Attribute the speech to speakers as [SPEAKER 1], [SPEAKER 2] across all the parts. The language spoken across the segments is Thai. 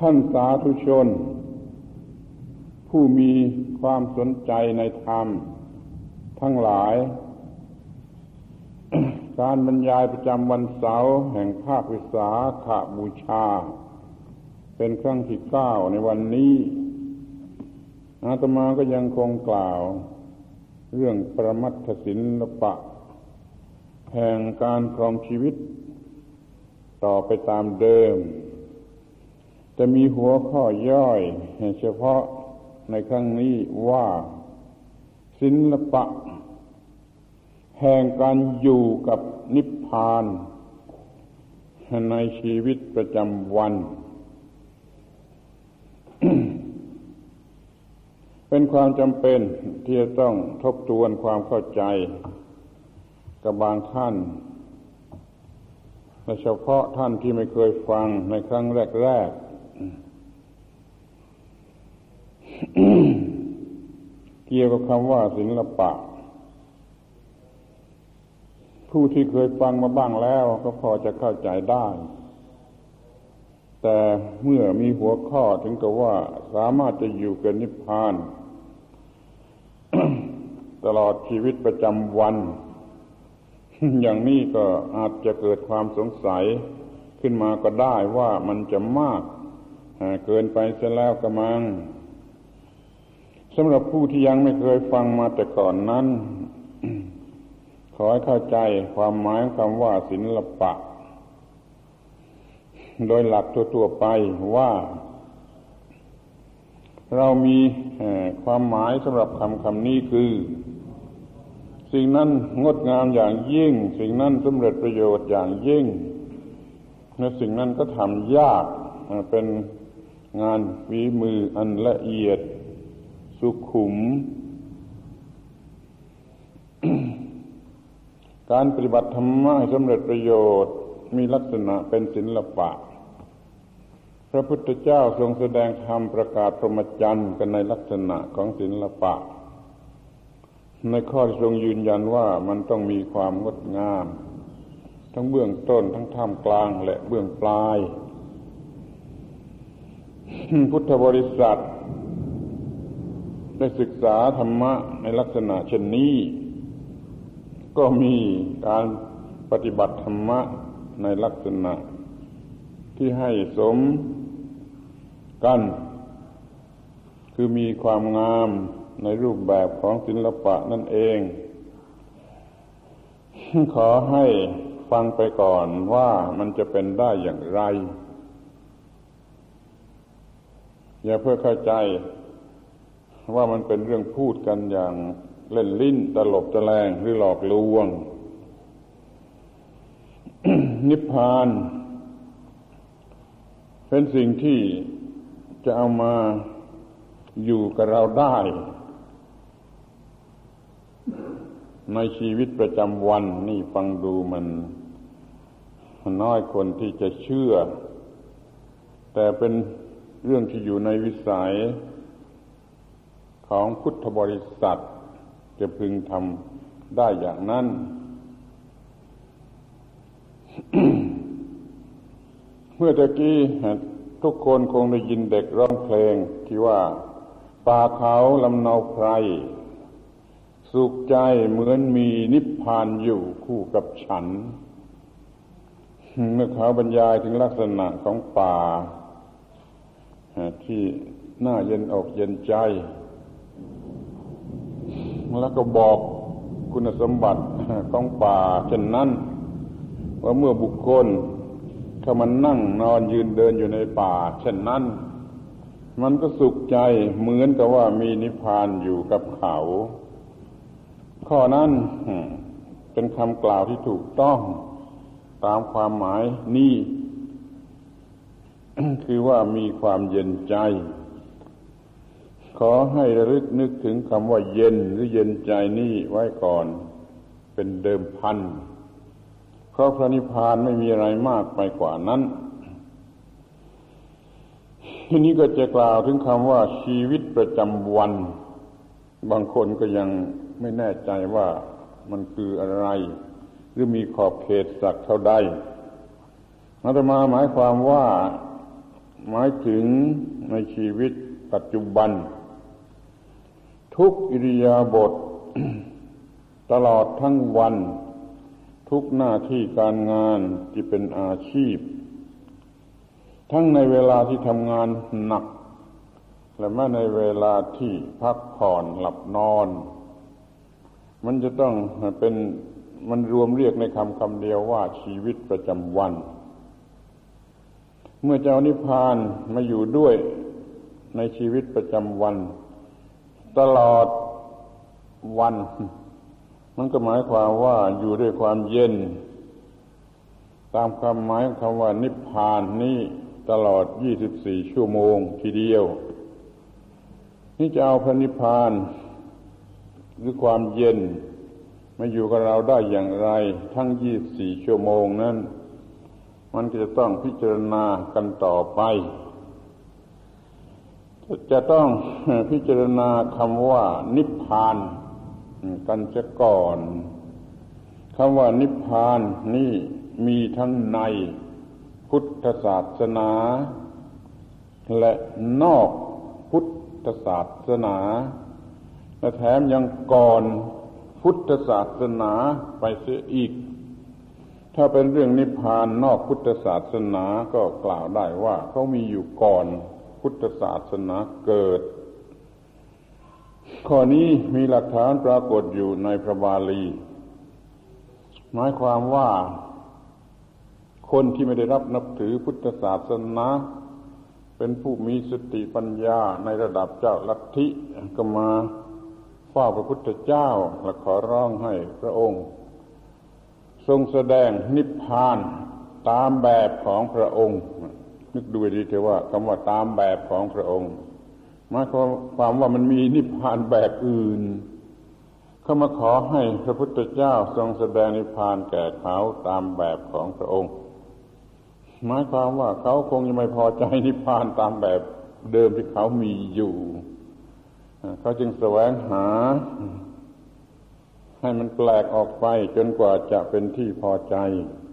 [SPEAKER 1] ท่านสาธุชนผู้มีความสนใจในธรรมทั้งหลาย การบรรยายประจำวันเสาร์แห่งภาควิสาขบูชาเป็นครั้งที่9ในวันนี้อาตมาก็ยังคงกล่าวเรื่องปรมัตถศิลปะแห่งการครองชีวิตต่อไปตามเดิมแต่มีหัวข้อย่อยเฉพาะในครั้งนี้ว่าศิลปะแห่งการอยู่กับนิพพานในชีวิตประจำวัน เป็นความจำเป็นที่จะต้องทบทวนความเข้าใจกับบางท่านโดยเฉพาะท่านที่ไม่เคยฟังในครั้งแรกๆ เกี่ยวกับคำว่าศิลปะผู้ที่เคยฟังมาบ้างแล้วก็พอจะเข้าใจได้แต่เมื่อมีหัวข้อถึงกับว่าสามารถจะอยู่กับนิพพาน ตลอดชีวิตประจำวัน อย่างนี้ก็อาจจะเกิดความสงสัยขึ้นมาก็ได้ว่ามันจะมากเกินไปเสียแล้วกระมังสำหรับผู้ที่ยังไม่เคยฟังมาแต่ก่อนนั้น ขอให้เข้าใจความหมายของคำว่าศิลปะโดยหลักทั่วๆไปว่าเรามีความหมายสำหรับคำนี้คือสิ่งนั้นงดงามอย่างยิ่งสิ่งนั้นสำเร็จประโยชน์อย่างยิ่งและสิ่งนั้นก็ทำยากเป็นงานฝีมืออันละเอียดสุขุม การปฏิบัติธรรมะให้สำเร็จประโยชน์มีลักษณะเป็นศิลปะพระพุทธเจ้าทรงแสดงธรรมประกาศพรหมจรรย์กันในลักษณะของศิลปะในข้อที่ทรงยืนยันว่ามันต้องมีความงดงามทั้งเบื้องต้นทั้งท่ามกลางและเบื้องปลาย พุทธบริษัทได้ศึกษาธรรมะในลักษณะเช่นนี้ก็มีการปฏิบัติธรรมะในลักษณะที่ให้สมกันคือมีความงามในรูปแบบของศิลปะนั่นเอง ขอให้ฟังไปก่อนว่ามันจะเป็นได้อย่างไรอย่าเพื่อเข้าใจว่ามันเป็นเรื่องพูดกันอย่างเล่นลิ้นตลบตะแลงหรือหลอกลวง นิพพานเป็นสิ่งที่จะเอามาอยู่กับเราได้ในชีวิตประจำวันนี่ฟังดูมันน้อยคนที่จะเชื่อแต่เป็นเรื่องที่อยู่ในวิสัยของพุทธบริษัทจะพึงทำได้อย่างนั้น เมื่อตะกี้ทุกคนคงได้ยินเด็กร้องเพลงที่ว่าป่าเขาลำเนาไพรสุขใจเหมือนมีนิพพานอยู่คู่กับฉันเมื่อเขาบรรยายถึงลักษณะของป่าที่น่าเย็นอกเย็นใจแล้วก็บอกคุณสมบัติของป่าเช่นนั้นว่าเมื่อบุคคลถ้ามันนั่งนอนยืนเดินอยู่ในป่าเช่นนั้นมันก็สุขใจเหมือนกับว่ามีนิพพานอยู่กับเขาข้อนั้นเป็นคำกล่าวที่ถูกต้องตามความหมายนี้ คือว่ามีความเย็นใจขอให้ระลึกนึกถึงคำว่าเย็นหรือเย็นใจนี่ไว้ก่อนเป็นเดิมพันเพราะพระนิพพานไม่มีอะไรมากไปกว่านั้นทีนี้ก็จะกล่าวถึงคำว่าชีวิตประจำวันบางคนก็ยังไม่แน่ใจว่ามันคืออะไรหรือมีขอบเขตสักเท่าใดอาตมาหมายความว่าหมายถึงในชีวิตปัจจุบันทุกอิริยาบถ ตลอดทั้งวันทุกหน้าที่การงานที่เป็นอาชีพทั้งในเวลาที่ทำงานหนักและแม้ในเวลาที่พักผ่อนหลับนอนมันจะต้องเป็นมันรวมเรียกในคำเดียวว่าชีวิตประจำวันเมื่อเจ้านิพพานมาอยู่ด้วยในชีวิตประจำวันตลอดวันมันก็หมายความว่าอยู่ด้วยความเย็นตามความหมายของคำว่านิพพานนี้ตลอด24ชั่วโมงทีเดียวนี่จะเอาพระนิพพานหรือความเย็นมาอยู่กับเราได้อย่างไรทั้ง24ชั่วโมงนั้นมันก็จะต้องพิจารณากันต่อไปจะต้องพิจารณาคำว่านิพพานกันเสียก่อนคำว่านิพพานนี่มีทั้งในพุทธศาสนาและนอกพุทธศาสนาและแถมยังก่อนพุทธศาสนาไปเสียอีกถ้าเป็นเรื่องนิพพานนอกพุทธศาสนาก็กล่าวได้ว่าเขามีอยู่ก่อนพุทธศาสนาเกิดข้อนี้มีหลักฐานปรากฏอยู่ในพระบาลีหมายความว่าคนที่ไม่ได้รับนับถือพุทธศาสนาเป็นผู้มีสติปัญญาในระดับเจ้าลัทธิก็มาเฝ้าพระพุทธเจ้าและขอร้องให้พระองค์ทรงแสดงนิพพานตามแบบของพระองค์นึกดูดีเถอะว่าคำว่าตามแบบของพระองค์หมายความว่ามันมีนิพพานแบบอื่นเขามาขอให้พระพุทธเจ้าทรงแสดงนิพพานแก่เขาตามแบบของพระองค์หมายความว่าเขาคงจะไม่พอใจนิพพานตามแบบเดิมที่เขามีอยู่เขาจึงแสวงหาให้มันแปลกออกไปจนกว่าจะเป็นที่พอใจ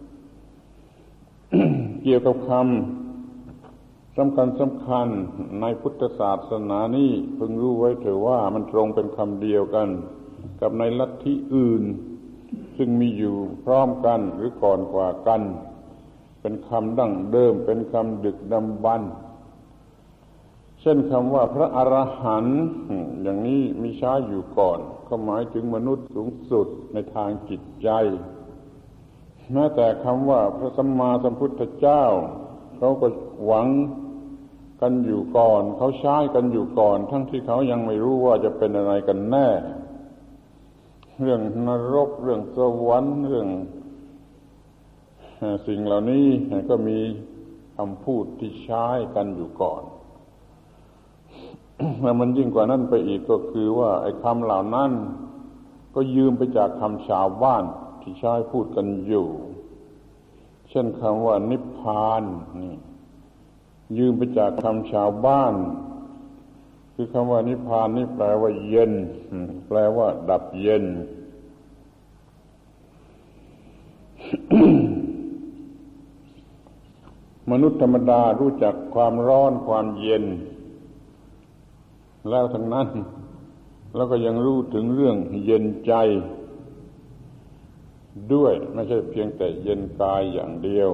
[SPEAKER 1] เกี่ยวกับคำสำคัญในพุทธศาสนานี้พึงรู้ไว้เถอะว่ามันตรงเป็นคำเดียวกันกับในลัทธิอื่นซึ่งมีอยู่พร้อมกันหรือก่อนกว่ากันเป็นคำดั้งเดิมเป็นคำดึกดำบรรพ์เช่นคำว่าพระอรหันต์อย่างนี้มีใช้อยู่ก่อนก็หมายถึงมนุษย์สูงสุดในทางจิตใจแม้แต่คำว่าพระสัมมาสัมพุทธเจ้าเขาก็หวังกันอยู่ก่อนเขาใช้กันอยู่ก่อนทั้งที่เขายังไม่รู้ว่าจะเป็นอะไรกันแน่เรื่องนรกเรื่องสวรรค์เรื่องสิ่งเหล่านี้ก็มีคำพูดที่ใช้กันอยู่ก่อนและมันยิ่งกว่านั้นไปอีกก็คือว่าไอ้คำเหล่านั้นก็ยืมไปจากคำชาวบ้านที่ใช้พูดกันอยู่เช่นคำว่านิพพานนี่ยืมไปจากคำชาวบ้านคือคำว่านิพพานนี่แปลว่าเย็นแปลว่าดับเย็น มนุษย์ธรรมดารู้จักความร้อนความเย็นแล้วทั้งนั้นแล้วก็ยังรู้ถึงเรื่องเย็นใจด้วยไม่ใช่เพียงแต่เย็นกายอย่างเดียว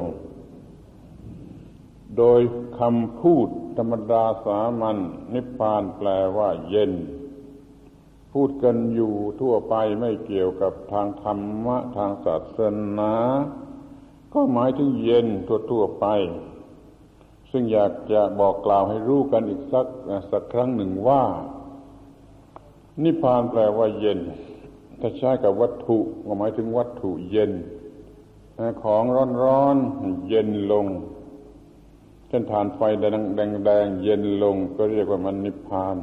[SPEAKER 1] โดยคำพูดธรรมดาสามัญนิพพานแปลว่าเย็นพูดกันอยู่ทั่วไปไม่เกี่ยวกับทางธรรมะทางศาสนาก็หมายถึงเย็นทั่วๆไปซึ่งอยากจะบอกกล่าวให้รู้กันอีกสักครั้งหนึ่งว่านิพพานแปลว่าเย็นถ้าใช้กับวัตถุก็หมายถึงวัตถุเย็นของร้อนๆเย็นลงเช่นถ่านไฟแดงๆเย็นลงก็เรียกว่ามันนิพพาน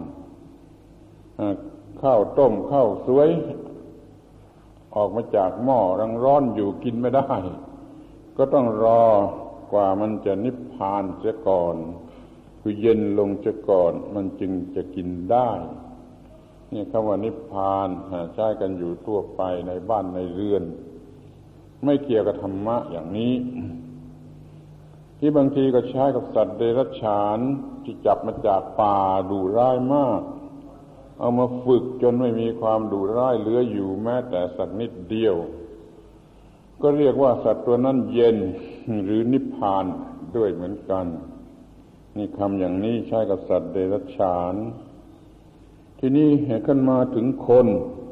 [SPEAKER 1] ข้าวต้มข้าวสวยออกมาจากหม้อยังร้อนอยู่กินไม่ได้ก็ต้องรอกว่ามันจะนิพพานเสียก่อนคือเย็นลงเสียก่อนมันจึงจะกินได้นี่คำว่านิพพานใช้กันอยู่ทั่วไปในบ้านในเรือนไม่เกี่ยวกับธรรมะอย่างนี้ที่บางทีก็ใช้กับสัตว์เดรัจฉานที่จับมาจากป่าดุร้ายมากเอามาฝึกจนไม่มีความดุร้ายเหลืออยู่แม้แต่สักนิดเดียวก็เรียกว่าสัตว์ตัวนั้นเย็นหรือนิพพานด้วยเหมือนกันนี่คำอย่างนี้ใช้กับสัตว์เดรัจฉานทีนี้ขึ้นมาถึงคน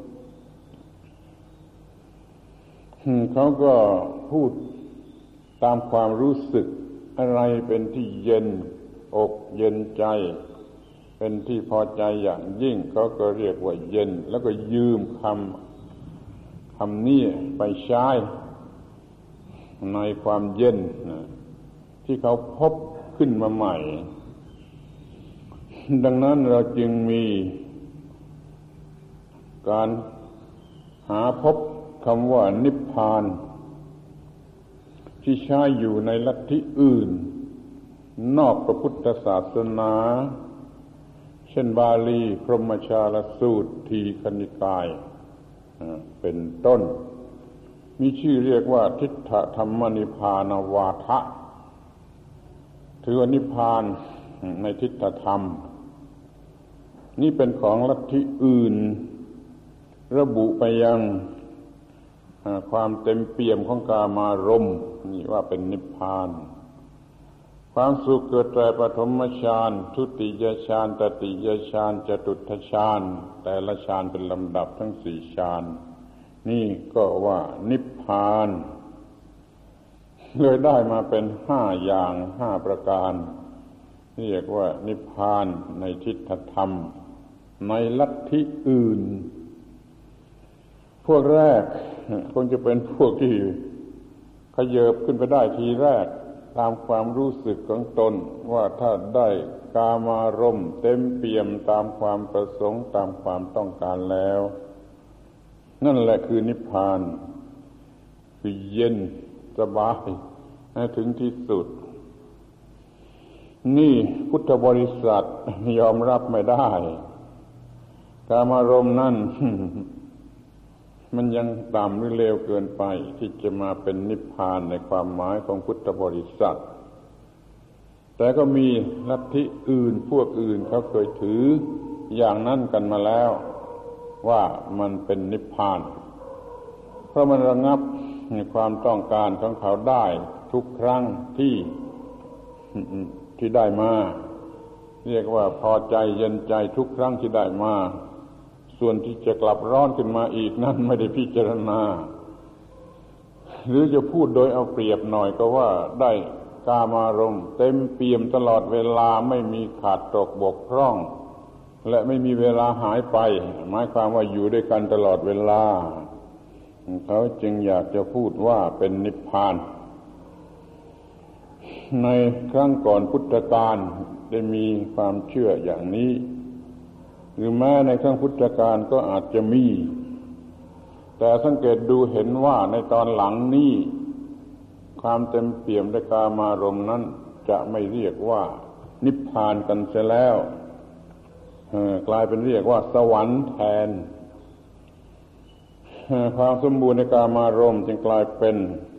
[SPEAKER 1] เขาก็พูดตามความรู้สึกอะไรเป็นที่เย็นอกเย็นใจเป็นที่พอใจอย่างยิ่งเขาก็เรียกว่าเย็นแล้วก็ยืมคำนี้ไปใช้ในความเย็นที่เขาพบขึ้นมาใหม่ดังนั้นเราจึงมีการหาพบคำว่านิพพานที่ใช้อยู่ในลัทธิอื่นนอกพระพุทธศาสนาเช่นบาลีพรหมชาลสูตรทีฆนิกายเป็นต้นมีชื่อเรียกว่าทิฏฐธรรมนิพพานวาทะถือว่านิพพานในทิฏฐธรรมนี่เป็นของลัทธิอื่นระบุไปยังความเต็มเปี่ยมของกามารมณ์นี่ว่าเป็นนิพพานความสุขเกิดแต่ปฐมฌานทุติยฌานตติยฌานจตุตถฌานแต่ละฌานเป็นลำดับทั้งสี่ฌานนี่ก็ว่านิพพานเลยได้มาเป็น5อย่าง5ประการเรียกว่านิพพานในทิฏฐธรรมในลัทธิอื่นพวกแรกคงจะเป็นพวกที่ขยับขึ้นไปได้ทีแรกตามความรู้สึกของตนว่าถ้าได้กามารมณ์เต็มเปี่ยมตามความประสงค์ตามความต้องการแล้วนั่นแหละคือนิพพานคือเย็นสบายถึงที่สุดนี่พุทธบริษัทยอมรับไม่ได้กามารมณ์นั่น มันยังต่ำหรือเลวเกินไปที่จะมาเป็นนิพพานในความหมายของพุทธบริษัทแต่ก็มีลัทธิอื่นพวกอื่นเขาเคยถืออย่างนั้นกันมาแล้วว่ามันเป็นนิพพานเพราะมันระงับความต้องการของเขาได้ทุกครั้งที่ได้มาเรียกว่าพอใจเย็นใจทุกครั้งที่ได้มาส่วนที่จะกลับร้อนขึ้นมาอีกนั้นไม่ได้พิจารณาหรือจะพูดโดยเอาเปรียบหน่อยก็ว่าได้กามารมณ์เต็มเปี่ยมตลอดเวลาไม่มีขาดตกบกพร่องและไม่มีเวลาหายไปหมายความว่าอยู่ด้วยกันตลอดเวลาเขาจึงอยากจะพูดว่าเป็นนิพพานในครั้งก่อนพุทธกาลได้มีความเชื่ออย่างนี้หรือแม้ในครั้งพุทธกาลก็อาจจะมีแต่สังเกตดูเห็นว่าในตอนหลังนี้ความเต็มเปี่ยมด้วยกามารมณ์นั้นจะไม่เรียกว่านิพพานกันเสียแล้วกลายเป็นเรียกว่าสวรรค์แทนความสมบูรณ์ในกามารมณ์จึงกลายเป็น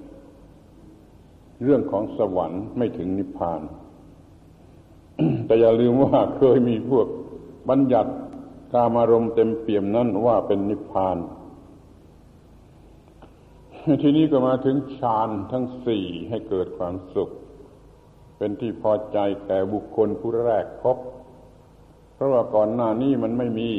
[SPEAKER 1] เรื่องของสวรรค์ไม่ถึงนิพพาน แต่อย่าลืมว่าเคยมีพวกบัญญัติกามารมณ์เต็มเปี่ยมนั้นว่าเป็นนิพพานทีนี้ก็มาถึงฌานทั้งสี่ให้เกิดความสุขเป็นที่พอใจแก่บุคคลผู้แรกพบเพราะว่าก่อนหน้านี้มันไม่มี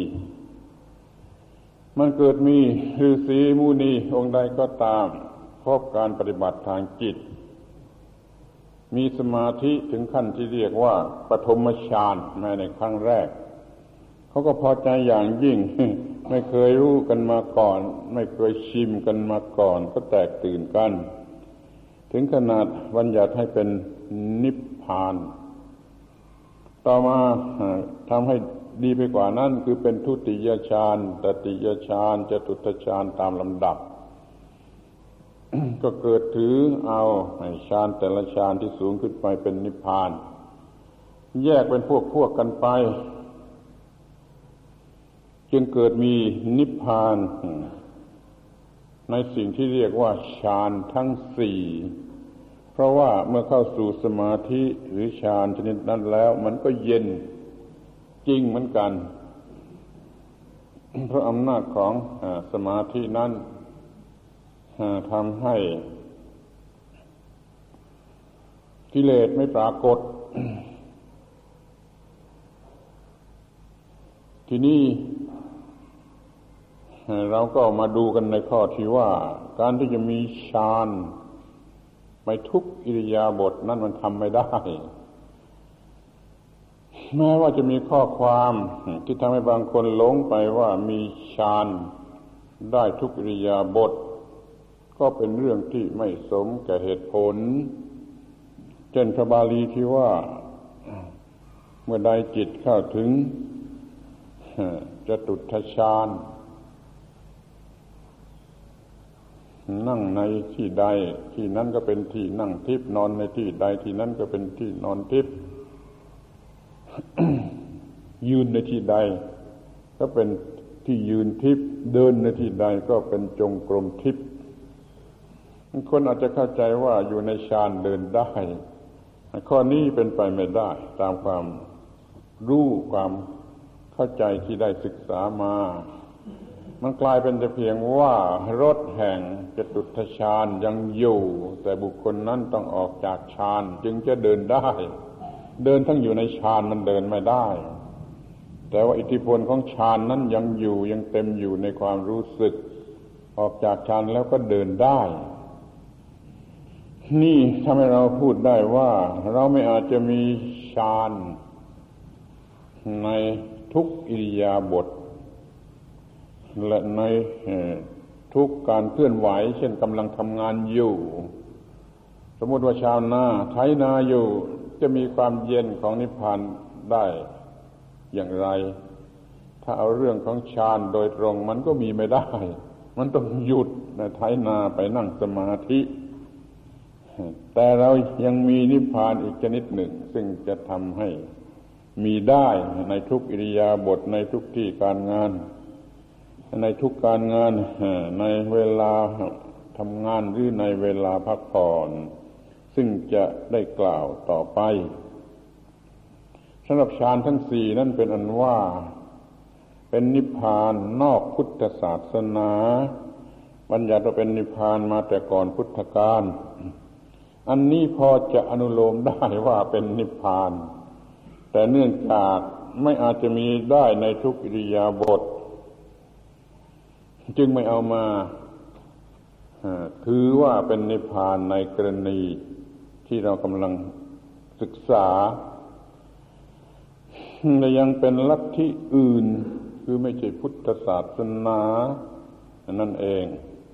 [SPEAKER 1] มันเกิดมีฤาษีมุนีองค์ใดก็ตามพบการปฏิบัติทางจิตมีสมาธิถึงขั้นที่เรียกว่าปฐมฌานแม้ในครั้งแรกเขาก็พอใจอย่างยิ่ง ไม่เคยรู้กันมาก่อนไม่เคยชิมกันมาก่อนก็แตกตื่นกันถึงขนาดบัญญัติให้เป็นนิพพานต่อมาทำให้ดีไปกว่านั้นคือเป็นทุติยฌานตติยฌานจตุตถฌานตามลำดับ ก็เกิดถือเอาฌานแต่ละฌานที่สูงขึ้นไปเป็นนิพพานแยกเป็นพวกกันไปจึงเกิดมีนิพพานในสิ่งที่เรียกว่าฌานทั้งสี่เพราะว่าเมื่อเข้าสู่สมาธิหรือฌานชนิดนั้นแล้วมันก็เย็นจริงเหมือนกันเพราะอำนาจของสมาธินั้นทำให้กิเลสไม่ปรากฏทีนี้เราก็มาดูกันในข้อที่ว่าการที่จะมีฌานไปทุกอิริยาบถนั้นมันทำไม่ได้แม้ว่าจะมีข้อความที่ทำให้บางคนหลงไปว่ามีฌานได้ทุกอิริยาบถก็เป็นเรื่องที่ไม่สมแก่เหตุผลเช่นพระบาลีที่ว่าเมื่อใดจิตเข้าถึงจตุตถฌานนั่งในที่ใดที่นั้นก็เป็นที่นั่งทิพย์นอนในที่ใดที่นั้นก็เป็นที่นอนทิพย์ ยืนในที่ใดก็เป็นที่ยืนทิพย์เดินในที่ใดก็เป็นจงกรมทิพย์คนอาจจะเข้าใจว่าอยู่ในฌานเดินได้ข้อนี้เป็นไปไม่ได้ตามความรู้ความเข้าใจที่ได้ศึกษามามันกลายเป็นแต่เพียงว่ารถแห่งจตุตถฌานยังอยู่แต่บุคคลนั้นต้องออกจากฌานจึงจะเดินได้เดินทั้งอยู่ในฌานมันเดินไม่ได้แต่ว่าอิทธิพลของฌานนั้นยังอยู่ยังเต็มอยู่ในความรู้สึกออกจากฌานแล้วก็เดินได้นี่ทำให้เราพูดได้ว่าเราไม่อาจจะมีฌานในทุกอิริยาบถและในทุกการเคลื่อนไหวเช่นกำลังทำงานอยู่สมมติว่าชาวนาไถนาอยู่จะมีความเย็นของนิพพานได้อย่างไรถ้าเอาเรื่องของฌานโดยตรงมันก็มีไม่ได้มันต้องหยุดไถนาไปนั่งสมาธิแต่เรายังมีนิพพานอีกชนิดหนึ่งซึ่งจะทำให้มีได้ในทุกอิริยาบถในทุกที่การงานในทุกการงานในเวลาทำงานหรือในเวลาพักผ่อนซึ่งจะได้กล่าวต่อไปสำหรับฌานทั้งสี่นั้นเป็นอันว่าเป็นนิพพานนอกพุทธศาสนาบัญญัติว่าเป็นนิพพานมาแต่ก่อนพุทธกาลอันนี้พอจะอนุโลมได้ว่าเป็นนิพพานแต่เนื่องจากไม่อาจจะมีได้ในทุกอิริยาบถจึงไม่เอามาถือว่าเป็นนิพพานในกรณีที่เรากำลังศึกษาแต่ยังเป็นลัทธิอื่นคือไม่ใช่พุทธศาสนานั่นเอง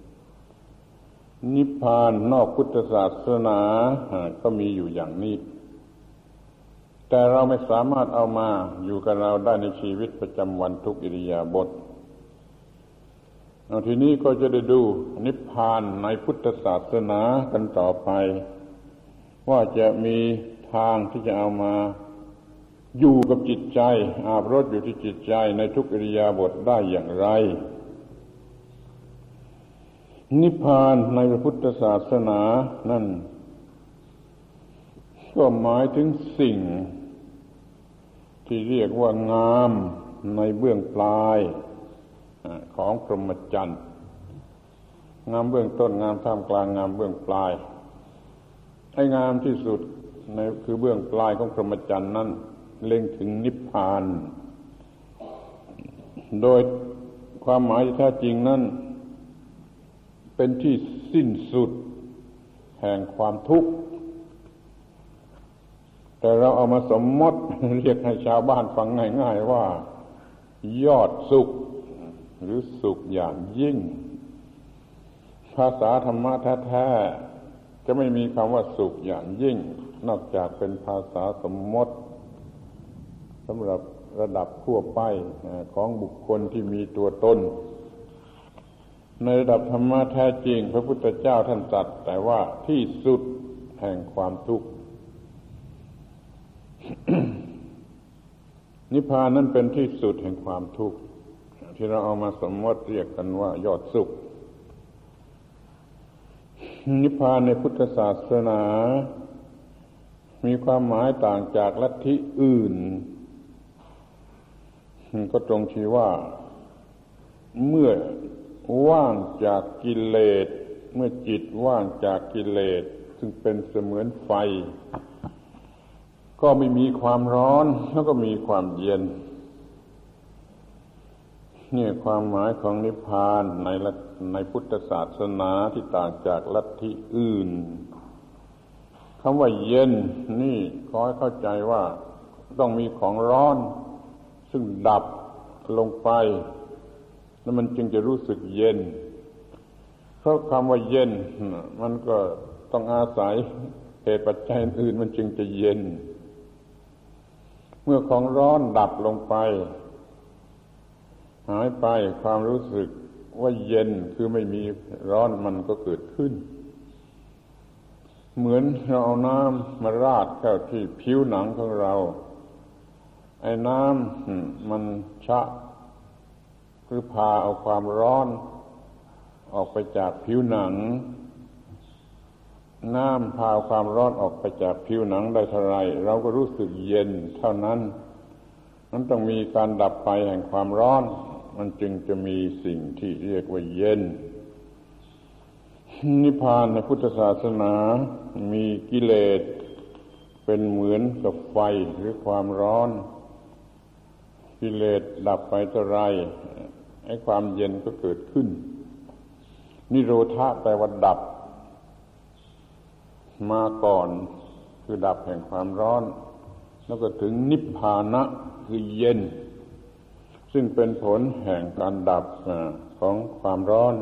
[SPEAKER 1] นิพพานนอกพุทธศาสนาก็มีอยู่อย่างนี้แต่เราไม่สามารถเอามาอยู่กับเราได้ในชีวิตประจำวันทุกอิริยาบถทีนี้ก็จะได้ดูนิพพานในพุทธศาสนากันต่อไปว่าจะมีทางที่จะเอามาอยู่กับจิตใจอาบรสอยู่ที่จิตใจในทุกอิริยาบถได้อย่างไรนิพพานในพระพุทธศาสนานั่นก็หมายถึงสิ่งที่เรียกว่างามในเบื้องปลายของพรหมจรรย์งามเบื้องต้นงามท่ามกลางงามเบื้องปลายไอ้งามที่สุดในคือเบื้องปลายของพรหมจรรย์นั้นเล็งถึงนิพพานโดยความหมายที่แท้จริงนั้นเป็นที่สิ้นสุดแห่งความทุกข์แต่เราเอามาสมมติเรียกให้ชาวบ้านฟังง่ายๆว่ายอดสุขหรือสุขอย่างยิ่งภาษาธรรมะแท้ๆจะไม่มีคำว่าสุขอย่างยิ่งนอกจากเป็นภาษาสมมติสำหรับระดับทั่วไปของบุคคลที่มีตัวตนในระดับธรรมะแท้จริงพระพุทธเจ้าท่านตรัสแต่ว่าที่สุดแห่งความทุกข์ นิพพานนั้นเป็นที่สุดแห่งความทุกข์ที่เราเอามาสมมติเรียกกันว่ายอดสุขนิพพานในพุทธศาสนามีความหมายต่างจากลัทธิอื่นก็ตรงที่ว่าเมื่อว่างจากกิเลสเมื่อจิตว่างจากกิเลสซึ่งเป็นเสมือนไฟก็ไม่มีความร้อนแล้วก็มีความเย็นนี่ความหมายของนิพพานในพุทธศาสนาที่ต่างจากลัทธิอื่นคำว่าเย็นนี่ขอให้เข้าใจว่าต้องมีของร้อนซึ่งดับลงไปแล้วมันจึงจะรู้สึกเย็นเพราะคำว่าเย็นมันก็ต้องอาศัยเหตุปัจจัยอื่นมันจึงจะเย็นเมื่อของร้อนดับลงไปหายไปความรู้สึกว่าเย็นคือไม่มีร้อนมันก็เกิดขึ้นเหมือนเราเอาน้ำมาราดเข้าที่ผิวหนังของเราไอ้น้ำมันชะหรือพาเอาความร้อนออกไปจากผิวหนังน้ำพาเอาความร้อนออกไปจากผิวหนังได้เท่าไรเราก็รู้สึกเย็นเท่านั้นมันต้องมีการดับไปแห่งความร้อนมันจึงจะมีสิ่งที่เรียกว่าเย็นนิพพานในพุทธศาสนามีกิเลสเป็นเหมือนกับไฟหรือความร้อนกิเลสดับไปเท่าไรไอ้ความเย็นก็เกิดขึ้นนิโรธะแปลว่าดับมาก่อนคือดับแห่งความร้อนแล้วก็ถึงนิพพานะคือเย็นซึ่งเป็นผลแห่งการดับของความร้อน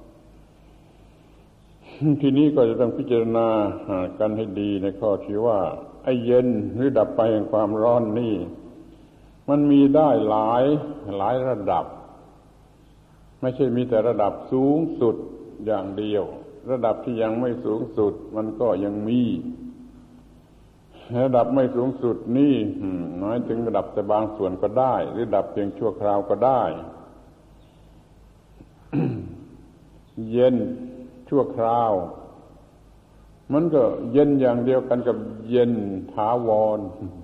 [SPEAKER 1] ทีนี้ก็จะต้องพิจารณากันให้ดีในข้อที่ว่าไอ้เย็นหรือดับไปแห่งความร้อนนี่มันมีได้หลายระดับไม่ใช่มีแต่ระดับสูงสุดอย่างเดียวระดับที่ยังไม่สูงสุดมันก็ยังมีระดับไม่สูงสุดนี่หมายถึงระดับแต่บางส่วนก็ได้หรือดับเพียงชั่วคราวก็ได้ เย็นชั่วคราวมันก็เย็นอย่างเดียวกันกับเย็นถาวร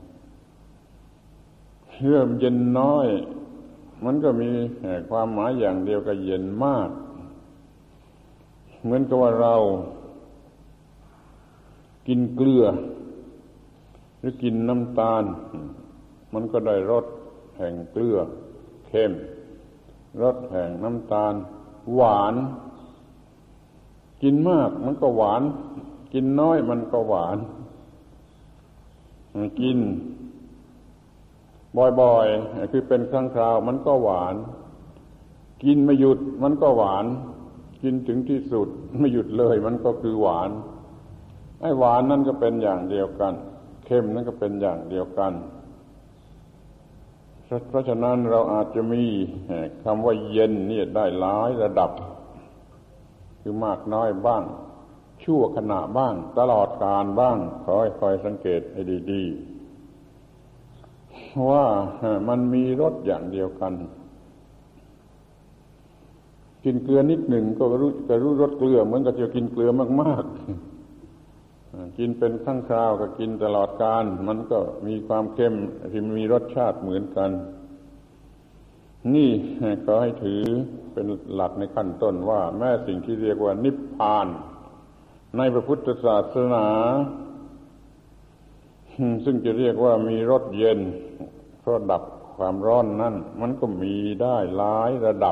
[SPEAKER 1] เริ่มเย็นน้อยมันก็มีความหมายอย่างเดียวกับเย็นมากเหมือนกับว่าเรากินเกลือหรือกินน้ำตาลมันก็ได้รสแห่งเกลือเค็มรสแห่งน้ำตาลหวานกินมากมันก็หวานกินน้อยมันก็หวานกินบ่อยๆคือเป็นครั้งคราวมันก็หวานกินไม่หยุดมันก็หวานกินถึงที่สุดไม่หยุดเลยมันก็คือหวานไอ้หวานนั่นก็เป็นอย่างเดียวกันเค็มนั่นก็เป็นอย่างเดียวกันเพราะฉะนั้นเราอาจจะมีคำว่าเย็นนี่ได้หลายระดับคือมากน้อยบ้างชั่วขณะบ้างตลอดกาลบ้างขอให้คอยสังเกตให้ดีๆว่ามันมีรสอย่างเดียวกันกินเกลือนิดหนึ่งก็รู้รสเกลือเหมือนกับจะกินเกลือมากๆกินเป็นครั้งคราวกับกินตลอดกาลมันก็มีความเค็มที่มีรสชาติเหมือนกันนี่ก็ให้ถือเป็นหลักในขั้นต้นว่าแม้สิ่งที่เรียกว่านิพพานในพระพุทธศาสนาซึ่งจะเรียกว่ามีรสเย็นเพราะดับความร้อนนั่นมันก็มีได้หลายระดับ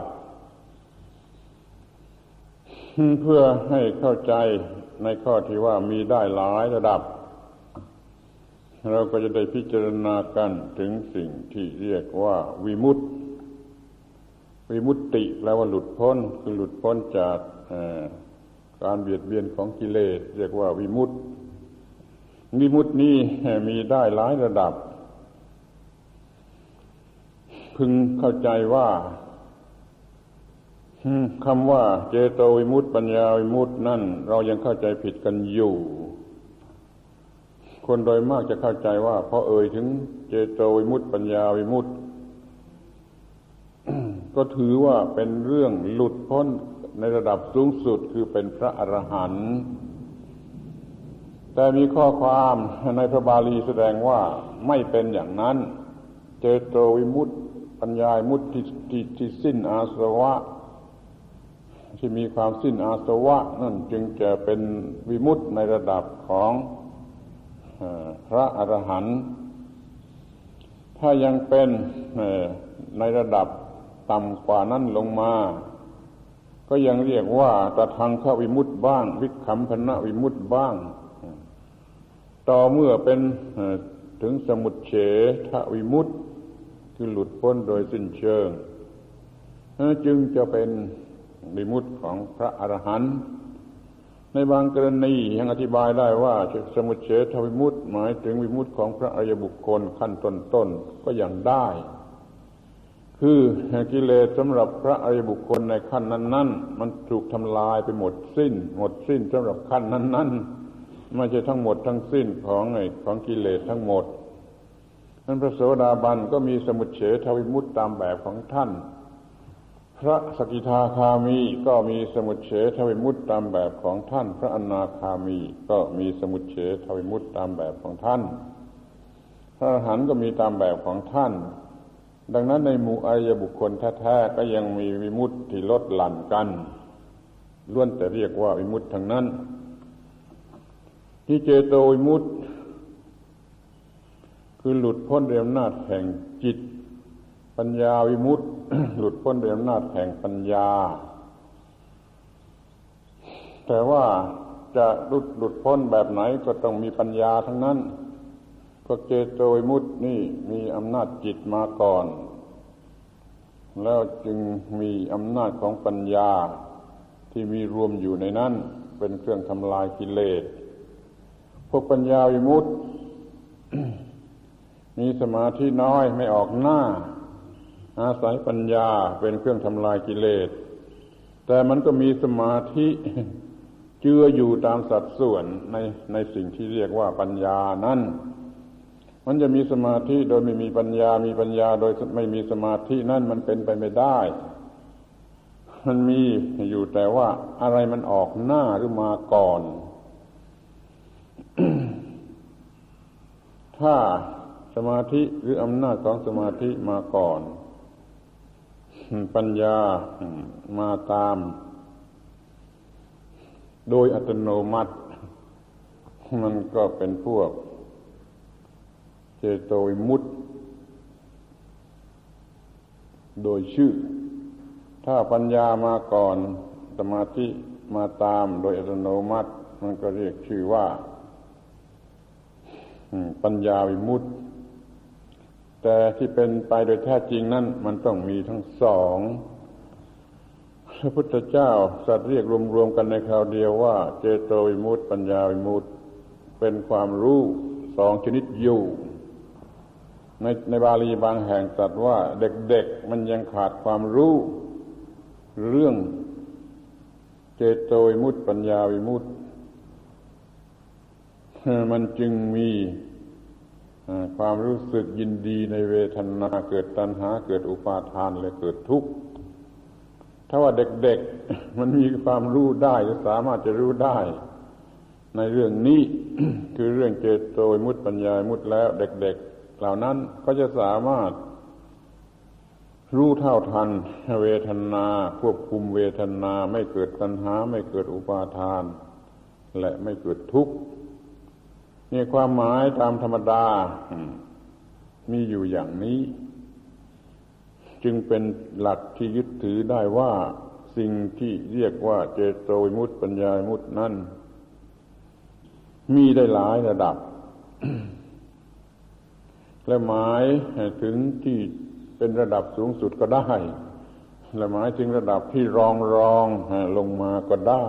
[SPEAKER 1] เพื่อให้เข้าใจในข้อที่ว่ามีได้หลายระดับเราก็จะได้พิจารณากันถึงสิ่งที่เรียกว่าวิมุตติแปลว่าหลุดพ้นคือหลุดพ้นจากการเบียดเบียนของกิเลสเรียกว่าวิมุตตินี้มีได้หลายระดับพึงเข้าใจว่าคำว่าเจโตวิมุตติปัญญาวิมุตตินั่นเรายังเข้าใจผิดกันอยู่คนโดยมากจะเข้าใจว่าพอเอ่ยถึงเจโตวิมุตติปัญญาวิมุตติ ก็ถือว่าเป็นเรื่องหลุดพ้นในระดับสูงสุดคือเป็นพระอรหันต์แต่มีข้อความในพระบาลีแสดงว่าไม่เป็นอย่างนั้นเจโตวิมุตติปัญญาวิมุตติที่สิ้นอาสวะที่มีความสิ้นอาสวะนั่นจึงจะเป็นวิมุตติในระดับของพระอรหันต์ถ้ายังเป็นในระดับต่ำกว่านั้นลงมาก็ยังเรียกว่าตทังควิมุตติบ้างวิคัมภนวิมุตติบ้างต่อเมื่อเป็นถึงสมุจเฉทวิมุตติคือหลุดพ้นโดยสิ้นเชิงจึงจะเป็นวิมุตติของพระอรหันต์ในบางกรณียังอธิบายได้ว่าสมุจเฉทวิมุตติหมายถึงวิมุตติของพระอริยบุคคลขั้นต้นๆก็ยังได้คือกิเลสสำหรับพระอริยบุคคลในขั้นนั้นๆมันถูกทำลายไปหมดสิ้นสำหรับขั้นนั้นๆไม่ใช่ทั้งหมดทั้งสิ้นของกิเลสทั้งหมดนั้นพระโสดาบันก็มีสมุจเฉทวิมุตติตามแบบของท่านพระสกิทาคามีก็มีสมุจเฉทวิมุตติตามแบบของท่านพระอนาคามีก็มีสมุจเฉทวิมุตติตามแบบของท่านพระอรหันต์ก็มีตามแบบของท่านดังนั้นในหมู่อริยบุคคลแท้ๆก็ยังมีวิมุตติที่ลดหลั่นกันล้วนแต่เรียกว่าวิมุตติทั้งนั้นที่เจโตวิมุตติคือหลุดพ้นด้วยอำนาจแห่งจิตปัญญาวิมุตติ หลุดพ้นด้วยอำนาจแห่งปัญญาแต่ว่าจะหลุดพ้นแบบไหนก็ต้องมีปัญญาทั้งนั้นก็เจโตวิมุตตินี่มีอำนาจจิตมาก่อนแล้วจึงมีอำนาจของปัญญาที่มีรวมอยู่ในนั้นเป็นเครื่องทำลายกิเลสพวกปัญญาวิมุตติ มีสมาธิน้อยไม่ออกหน้าอาศัยปัญญาเป็นเครื่องทำลายกิเลสแต่มันก็มีสมาธิเจืออยู่ตามสัดส่วนในสิ่งที่เรียกว่าปัญญานั้นมันจะมีสมาธิโดยไม่มีปัญญามีปัญญาโดยไม่มีสมาธินั่นมันเป็นไปไม่ได้มันมีอยู่แต่ว่าอะไรมันออกหน้าหรือมาก่อน ถ้าสมาธิหรืออำนาจของสมาธิมาก่อนปัญญามาตามโดยอัตโนมัติมันก็เป็นพวกเจโตวิมุตติโดยชื่อถ้าปัญญามาก่อนสมาธิมาตามโดยอัตโนมัติมันก็เรียกชื่อว่าปัญญาวิมุตติแต่ที่เป็นไปโดยแท้จริงนั้นมันต้องมีทั้งสองพระพุทธเจ้าตรัสเรียกรวมๆกันในคราวเดียวว่าเจโตวิมุตติปัญญาวิมุตติเป็นความรู้สองชนิดอยู่ในบาลีบางแห่งตรัสว่าเด็กๆมันยังขาดความรู้เรื่องเจโตวิมุตติปัญญาวิมุตติมันจึงมีความรู้สึกยินดีในเวทนาเกิดตัณหาเกิดอุปาทานและเกิดทุกข์ถ้าว่าเด็กๆมันมีความรู้ได้จะสามารถจะรู้ได้ในเรื่องนี้ คือเรื่องเจโตวิมุตติปัญญาวิมุตติแล้วเด็กๆเหล่านั้นก็จะสามารถรู้เท่าทันเวทนาควบคุมเวทนาไม่เกิดตัณหาไม่เกิดอุปาทานและไม่เกิดทุกข์นี่ความหมายตามธรรมดามีอยู่อย่างนี้จึงเป็นหลักที่ยึดถือได้ว่าสิ่งที่เรียกว่าเจโตวิมุตติปัญญาวิมุตตินั้นมีได้หลายระดับ และหมายถึงที่เป็นระดับสูงสุดก็ได้และหมายถึงระดับที่รองลงมาก็ได้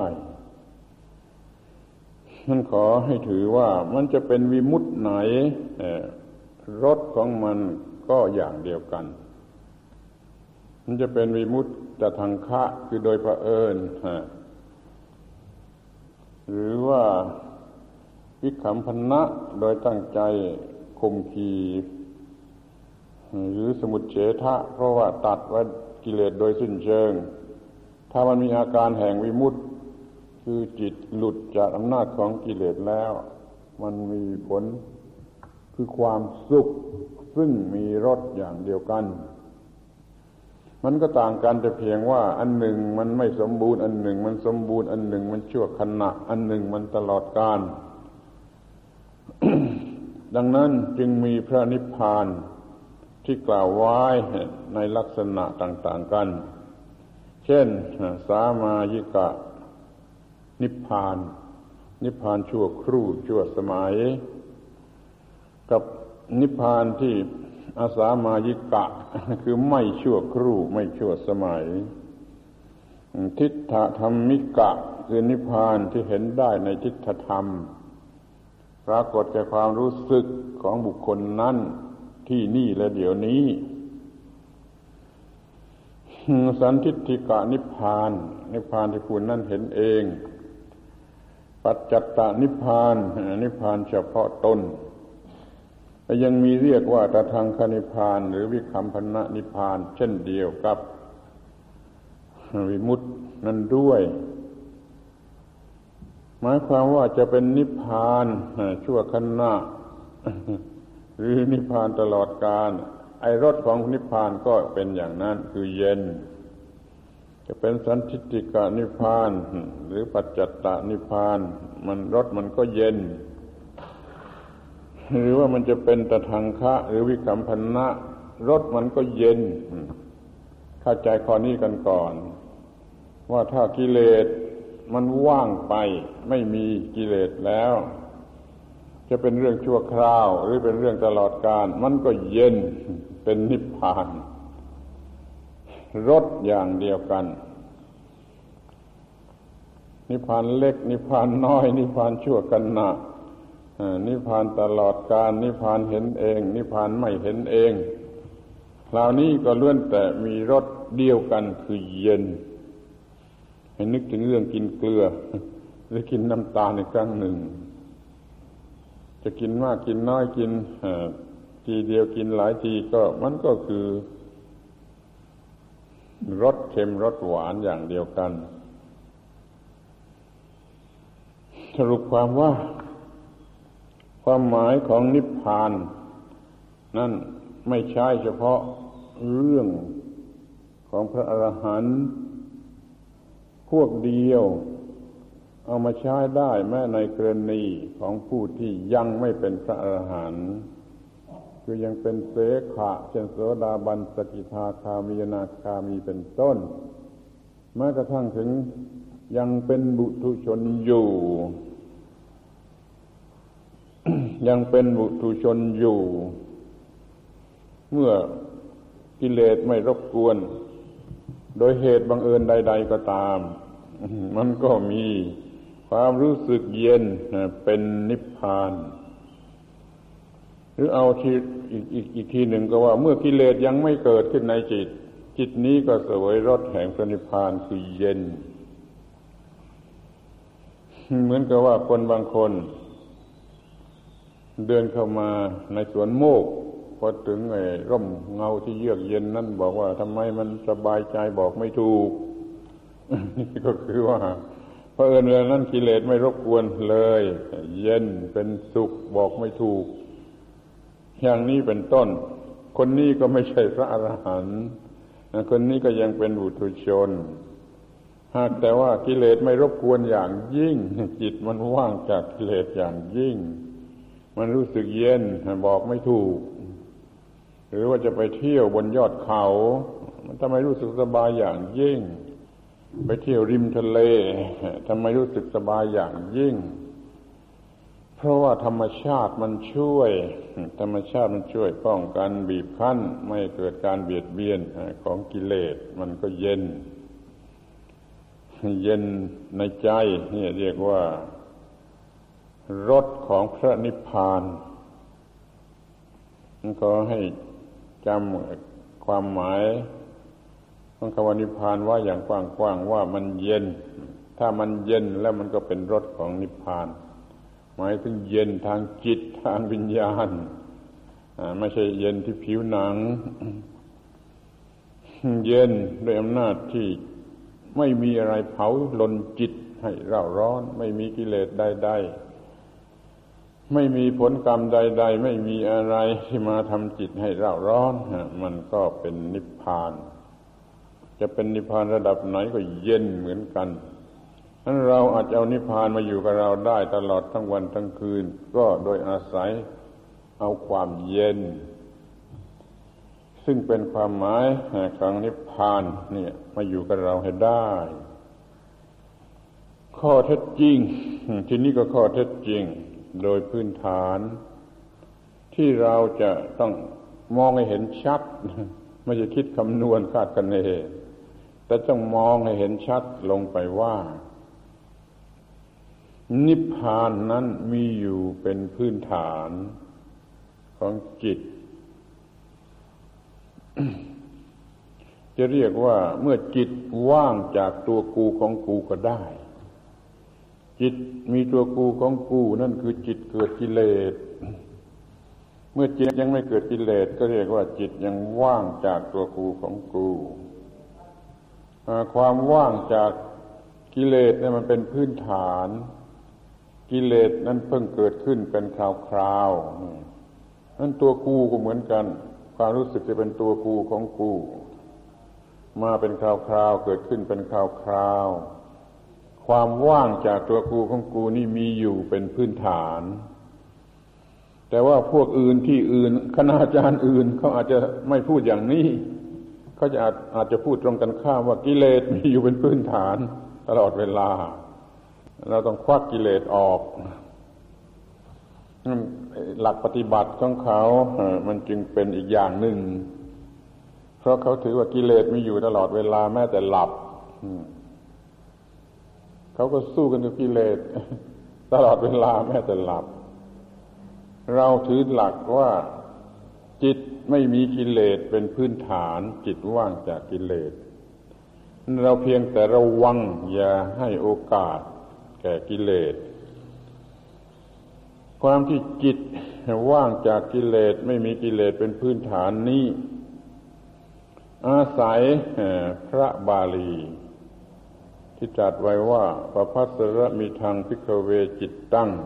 [SPEAKER 1] นั่นขอให้ถือว่ามันจะเป็นวิมุตติไหนรสของมันก็อย่างเดียวกันมันจะเป็นวิมุตติจะทางคะคือโดยเผอิญหรือว่าวิคัมภนะโดยตั้งใจข่มขีหรือสมุจเฉทะเพราะว่าตัดว่ากิเลสโดยสิ้นเชิงถ้ามันมีอาการแห่งวิมุตติคือจิตหลุดจากอำนาจของกิเลสแล้วมันมีผลคือความสุขซึ่งมีรสอย่างเดียวกันมันก็ต่างกันแต่เพียงว่าอันหนึ่งมันไม่สมบูรณ์อันหนึ่งมันสมบูรณ์อันหนึ่งมันชั่วขณะอันหนึ่งมันตลอดกาล ดังนั้นจึงมีพระนิพพานที่กล่าวไว้ในลักษณะต่างๆกันเช่นสามายิกะนิพพานนิพพานชั่วครู่ชั่วสมัยกับนิพพานที่อาสามายิกะคือไม่ชั่วครู่ไม่ชั่วสมัยทิฏฐธรรมิกะคือนิพพานที่เห็นได้ในทิฏฐธรรมปรากฏแก่ความรู้สึกของบุคคลนั้นที่นี่และเดี๋ยวนี้สันทิฏฐิกะนิพพานนิพพานที่ผู้นั้นเห็นเองปัจจัตตนิพพานนิพพานเฉพาะตนและยังมีเรียกว่าตทังคนิพพานหรือวิคัมภนนิพพานเช่นเดียวกับวิมุตตินั้นด้วยหมายความว่าจะเป็นนิพพานชั่วขณะหรือนิพพานตลอดกาลไอ้รสของนิพพานก็เป็นอย่างนั้นคือเย็นจะเป็นสันทิฏฐิกะนิพพานหรือปัจจัตตนิพพานมันรสมันก็เย็นหรือว่ามันจะเป็นตทังคะหรือวิคัมภนะรสมันก็เย็นเข้าใจข้อนี้กันก่อนว่าถ้ากิเลสมันว่างไปไม่มีกิเลสแล้วจะเป็นเรื่องชั่วคราวหรือเป็นเรื่องตลอดกาลมันก็เย็นเป็นนิพพานรสอย่างเดียวกันนิพพานเล็กนิพพานน้อยนิพพานชั่วขณะนิพพานตลอดกาลนิพพานเห็นเองนิพพานไม่เห็นเองคราวนี้ก็ล้วนแต่มีรสเดียวกันคือเย็นให้นึกถึงเรื่องกินเกลือหรือกินน้ำตาลในครั้งหนึ่งจะกินมากกินน้อยกินทีเดียวกินหลายทีก็มันก็คือรสเค็มรสหวานอย่างเดียวกันสรุปความว่าความหมายของนิพพานนั่นไม่ใช่เฉพาะเรื่องของพระอรหันต์พวกเดียวเอามาใช้ได้แม้ในกรณีของผู้ที่ยังไม่เป็นพระอรหันต์คือยังเป็นเสขะเช่นโสดาบันสกิทาคามีอนาคามีเป็นต้นแม้กระทั่งถึงยังเป็นบุถุชนอยู่ ยังเป็นบุถุชนอยู่เมื่อกิเลสไม่รบกวนโดยเหตุบังเอิญใดๆก็ตามมันก็มีความรู้สึกเย็นเป็นนิพพานหรือเอาที่อีกทีหนึ่งก็ว่าเมื่อกิเลสยังไม่เกิดขึ้นในจิตนี้ก็เสวยรสแห่งพระนิพพานคือเย็นเหมือนกับว่าคนบางคนเดินเข้ามาในสวนโมกพอถึงไอ้ร่มเงาที่เยือกเย็นนั่นบอกว่าทำไมมันสบายใจบอกไม่ถูก นี่ก็คือว่าเพราะเรื่องนั้นกิเลสไม่รบกวนเลยเย็นเป็นสุขบอกไม่ถูกอย่างนี้เป็นต้นคนนี้ก็ไม่ใช่พระอรหันต์คนนี้ก็ยังเป็นบุถุชนหากแต่ว่ากิเลสไม่รบกวนอย่างยิ่งจิตมันว่างจากกิเลสอย่างยิ่งมันรู้สึกเย็นบอกไม่ถูกหรือว่าจะไปเที่ยวบนยอดเขามันทำไมรู้สึกสบายอย่างยิ่งไปเที่ยวริมทะเลทำไมรู้สึกสบายอย่างยิ่งเพราะว่าธรรมชาติมันช่วยป้องกันบีบคั้นไม่เกิดการเบียดเบียนของกิเลสมันก็เย็นในใจนี่เรียกว่ารสของพระนิพพานก็ให้จำความหมายของคำว่านิพพานว่าอย่างกว้างๆว่ามันเย็นถ้ามันเย็นแล้วมันก็เป็นรสของนิพพานหมายถึงเย็นทางจิตทางวิญญาณไม่ใช่เย็นที่ผิวหนังเย็นด้วยอำนาจที่ไม่มีอะไรเผาลนจิตให้เร่าร้อนไม่มีกิเลสใดๆไม่มีผลกรรมใดๆไม่มีอะไรที่มาทำจิตให้เร่าร้อนมันก็เป็นนิพพานจะเป็นนิพพานระดับไหนก็เย็นเหมือนกันนั้นเราอาจจะเอานิพพานมาอยู่กับเราได้ตลอดทั้งวันทั้งคืนก็โดยอาศัยเอาความเย็นซึ่งเป็นความหมายของนิพพานเนี่ยมาอยู่กับเราให้ได้ข้อเท็จจริงทีนี้ก็ข้อเท็จจริงโดยพื้นฐานที่เราจะต้องมองให้เห็นชัดไม่ใช่คิดคำนวณคาดคะเนแต่ต้องมองให้เห็นชัดลงไปว่านิพพานนั้นมีอยู่เป็นพื้นฐานของจิต จะเรียกว่าเมื่อจิตว่างจากตัวกูของกูก็ได้จิตมีตัวกูของกูนั่นคือจิตเกิดกิเลสเมื่อจิตยังไม่เกิดกิเลสก็เรียกว่าจิตยังว่างจากตัวกูของกูความว่างจากกิเลสเนี่ยมันเป็นพื้นฐานกิเลสนั้นเพิ่งเกิดขึ้นเป็นคราวๆนั่นตัวกูก็เหมือนกันความรู้สึกจะเป็นตัวกูของกูมาเป็นคราวๆเกิดขึ้นเป็นคราวๆความว่างจากตัวกูของกูนี่มีอยู่เป็นพื้นฐานแต่ว่าพวกอื่นที่อื่นคณาจารย์อื่นเขาอาจจะไม่พูดอย่างนี้เขาจะอาจจะพูดตรงกันข้ามว่ากิเลสมีอยู่เป็นพื้นฐานตลอดเวลาเราต้องควักกิเลสออกหลักปฏิบัติของเขามันจึงเป็นอีกอย่างหนึ่งเพราะเขาถือว่ากิเลสมีอยู่ตลอดเวลาแม้แต่หลับเขาก็สู้กันกับกิเลสตลอดเวลาแม้แต่หลับเราถือหลักว่าจิตไม่มีกิเลสเป็นพื้นฐานจิตว่างจากกิเลสเราเพียงแต่ระวังอย่าให้โอกาสแก่กิเลสความที่จิตว่างจากกิเลสไม่มีกิเลสเป็นพื้นฐานนี้อาศัยพระบาลีที่ตรัสไว้ว่าปภัสสรมิทังภิกขเวจิตตัง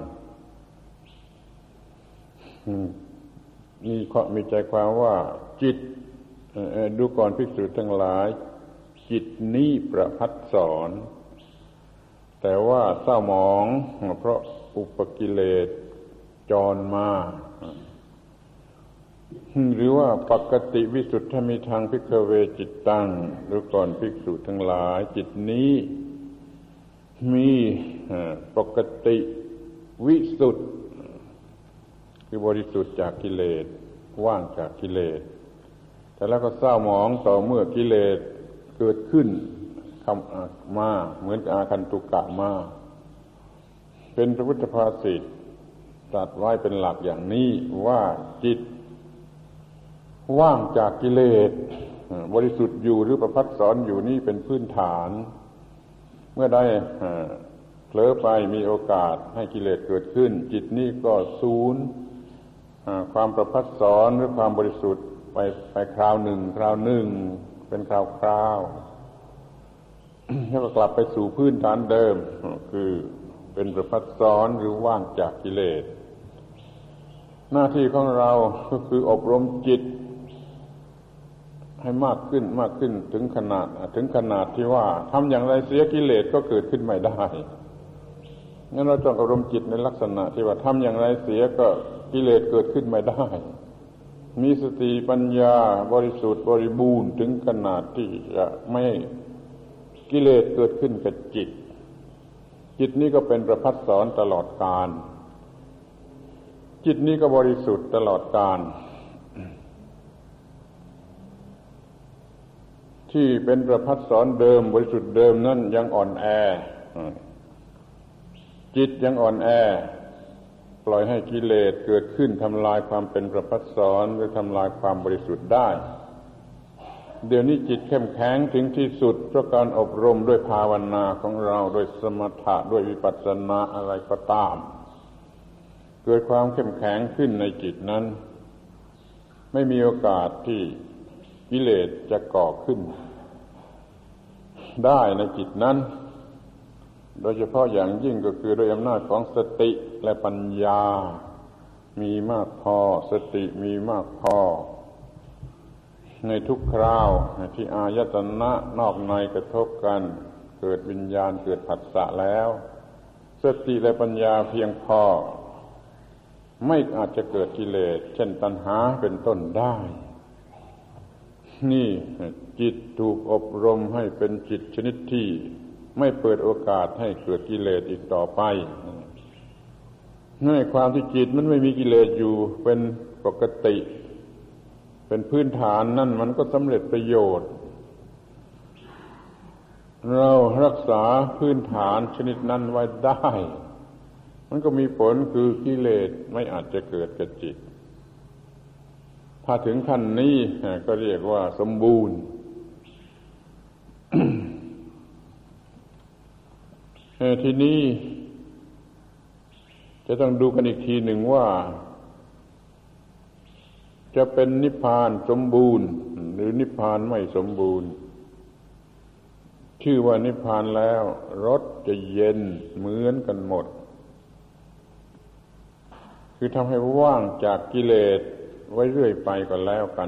[SPEAKER 1] มีใจความว่าจิตดูก่อนภิกษุทั้งหลายจิตนี้ประพัดสอนแต่ว่าเศร้าหมองเพราะอุปกิเลสจรมาหรือว่าปกติวิสุทธมิทังภิกขเวจิตตังดูก่อนภิกษุทั้งหลายจิตนี้มีปกติวิสุทธิคือบริสุทธิ์จากกิเลสว่างจากกิเลสแต่แล้วก็เศร้าหมองต่อเมื่อกิเลสเกิดขึ้นมาเหมือนอาคันตุกะมาเป็นพระพุทธภาษิตตรัสไว้เป็นหลักอย่างนี้ว่าจิตว่างจากกิเลสบริสุทธิ์อยู่หรือประภัสสรอยู่นี่เป็นพื้นฐานเมื่อได้เผลอไปมีโอกาสให้กิเลสเกิดขึ้นจิตนี้ก็สูญความประภัสสรหรือความบริสุทธิ์ไปคราวหนึ่งเป็นคราวแล้วก็กลับไปสู่พื้นฐานเดิมคือเป็นประภัสสรหรือว่างจากกิเลสหน้าที่ของเราก็คืออบรมจิตให้มากขึ้นถึงขนาดที่ว่าทำอย่างไรเสียกิเลสก็เกิดขึ้นไม่ได้งั้นเราต้องอบรมจิตในลักษณะที่ว่าทำอย่างไรเสียก็กิเลสเกิดขึ้นไม่ได้มีสติปัญญาบริสุทธิ์บริบูรณ์ถึงขนาดที่จะไม่กิเลสเกิดขึ้นกับจิตนี้ก็เป็นประภัสสรตลอดกาลจิตนี้ก็บริสุทธิ์ตลอดกาลที่เป็นประภัสสรเดิมบริสุทธิ์เดิมนั่นยังอ่อนแอจิตยังอ่อนแอปล่อยให้กิเลสเกิดขึ้นทำลายความเป็นประภัสสรหรือทำลายความบริสุทธิ์ได้เดี๋ยวนี้จิตเข้มแข็งถึงที่สุดเพราะการอบรมด้วยภาวนาของเราด้วยสมถะด้วยวิปัสสนาอะไรก็ตามเกิดความเข้มแข็งขึ้นในจิตนั้นไม่มีโอกาสที่กิเลสจะก่อขึ้นได้ในจิตนั้นโดยเฉพาะอย่างยิ่งก็คือโดยอำนาจของสติและปัญญามีมากพอสติมีมากพอในทุกคราวที่อายตนะนอกในกระทบกันเกิดวิญญาณเกิดผัสสะแล้วสติและปัญญาเพียงพอไม่อาจจะเกิดกิเลสเช่นตัณหาเป็นต้นได้นี่จิตถูกอบรมให้เป็นจิตชนิดที่ไม่เปิดโอกาสให้เกิดกิเลสอีกต่อไปในความที่จิตมันไม่มีกิเลสอยู่เป็นปกติเป็นพื้นฐานนั่นมันก็สำเร็จประโยชน์เรารักษาพื้นฐานชนิดนั้นไว้ได้มันก็มีผลคือกิเลสไม่อาจจะเกิดกับจิตถ้าถึงขั้นนี้ก็เรียกว่าสมบูรณ์ ทีนี้จะต้องดูกันอีกทีหนึ่งว่าจะเป็นนิพพานสมบูรณ์หรือนิพพานไม่สมบูรณ์ชื่อว่านิพพานแล้วรสจะเย็นเหมือนกันหมดคือทำให้ว่างจากกิเลสไว้เรื่อยไปก็แล้วกัน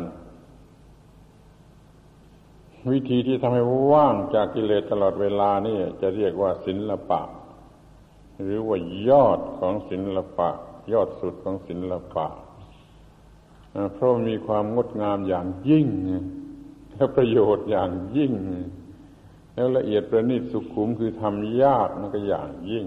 [SPEAKER 1] วิธีที่ทำให้ว่างจากกิเลสตลอดเวลานี่จะเรียกว่าศิลปะหรือว่ายอดของศิลปะยอดสุดของศิลปะเพราะมีความงดงามอย่างยิ่งและประโยชน์อย่างยิ่งแล้วละเอียดประณีตสุขุมคือทำยากมันก็อย่างยิ่ง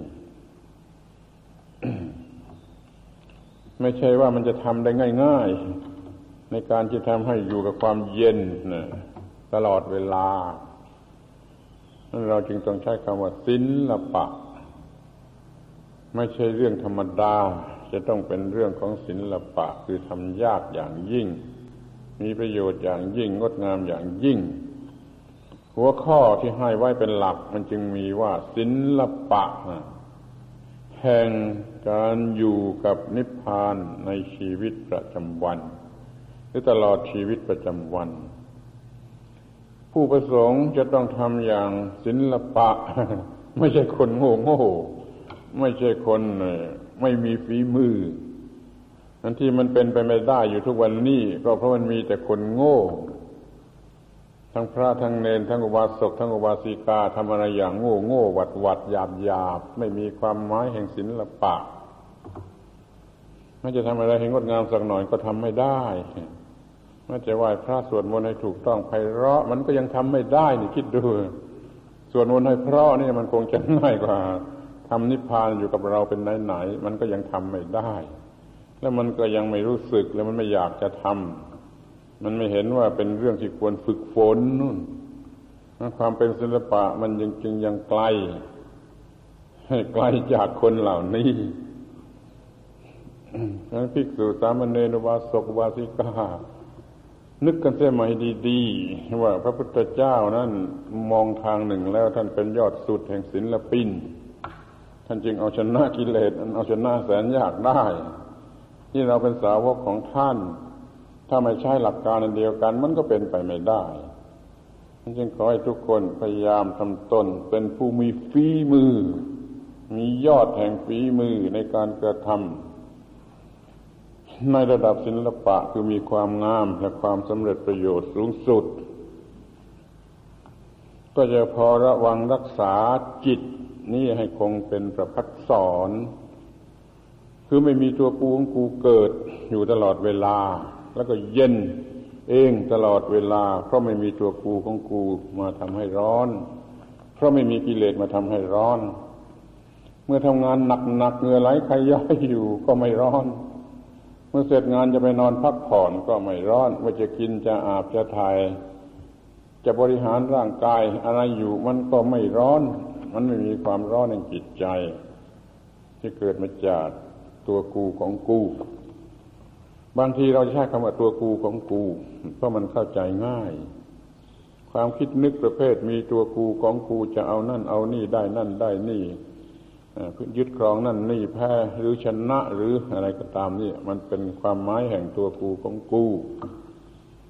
[SPEAKER 1] ไม่ใช่ว่ามันจะทำได้ง่ายๆในการที่ทำให้อยู่กับความเย็นตลอดเวลานั้นเราจึงต้องใช้คำว่าศิลปะไม่ใช่เรื่องธรรมดาจะต้องเป็นเรื่องของศิลปะคือทำยากอย่างยิ่งมีประโยชน์อย่างยิ่งงดงามอย่างยิ่งหัวข้อที่ให้ไว้เป็นหลักมันจึงมีว่าศิลปะแห่งการอยู่กับนิพพานในชีวิตประจำวันหรือตลอดชีวิตประจำวันผู้ประสงค์จะต้องทำอย่างศิลปะ ไม่ใช่คนโง่ไม่ใช่คนไม่มีฝีมืออันที่มันเป็นไปไม่ได้อยู่ทุกวันนี้ก็เพราะมันมีแต่คนโง่ทั้งพระทั้งเณรทั้งอุบาสกทั้งอุบาสิกาทำอะไรอย่างโง่หวัดหยาบไม่มีความหมายแห่งศิลปะไม่จะทำอะไรให้งดงามสักหน่อยก็ทำไม่ได้ไม่จะไหว้พระสวดมนต์ให้ถูกต้องไพเราะมันก็ยังทำไม่ได้นี่คิดดูสวดมนต์ให้เพราะนี่มันคงจะง่ายกว่าทำนิพพานอยู่กับเราเป็นไหนๆมันก็ยังทำไม่ได้แล้วมันก็ยังไม่รู้สึกแล้วมันไม่อยากจะทำมันไม่เห็นว่าเป็นเรื่องที่ควรฝึกฝนนู่นความเป็นศิลปะมันจึงยังไกลให้ไกลจากคนเหล่านี้ทั้งภิกษุสามเณรอุบาสกอุบาสิกานึกกันเสียใหม่ดีๆว่าพระพุทธเจ้านั้นมองทางหนึ่งแล้วท่านเป็นยอดสุดแห่งศิลปินท่านจึงเอาชนะกิเลสเอาชนะแสนยากได้ที่เราเป็นสาวกของท่านถ้าไม่ใช้หลักการอันเดียวกันมันก็เป็นไปไม่ได้จึงขอให้ทุกคนพยายามทำตนเป็นผู้มีฝีมือมียอดแห่งฝีมือในการกระทำในระดับศิลปะคือมีความงามและความสำเร็จประโยชน์สูงสุดก็จะพอระวังรักษาจิตนี่ให้คงเป็นประภัสสรคือไม่มีตัวกูของกูเกิดอยู่ตลอดเวลาแล้วก็เย็นเองตลอดเวลาเพราะไม่มีตัวกูของกูมาทำให้ร้อนเพราะไม่มีกิเลสมาทำให้ร้อนเมื่อทำงานหนักๆเหงื่อไหลใครย้อยอยู่ก็ไม่ร้อนเมื่อเสร็จงานจะไปนอนพักผ่อนก็ไม่ร้อนว่าจะกินจะอาบจะถ่ายจะบริหารร่างกายอะไรอยู่มันก็ไม่ร้อนมันไม่มีความร้อนในจิตใจที่เกิดมาจากตัวกูของกูบางทีเราใช้คำว่าตัวกูของกูเพราะมันเข้าใจง่ายความคิดนึกประเภทมีตัวกูของกูจะเอานั่นเอานี่ได้นั่นได้นี่ยึดครองนั่นนี่แพ้หรือชนะหรืออะไรก็ตามนี่มันเป็นความหมายแห่งตัวกูของกู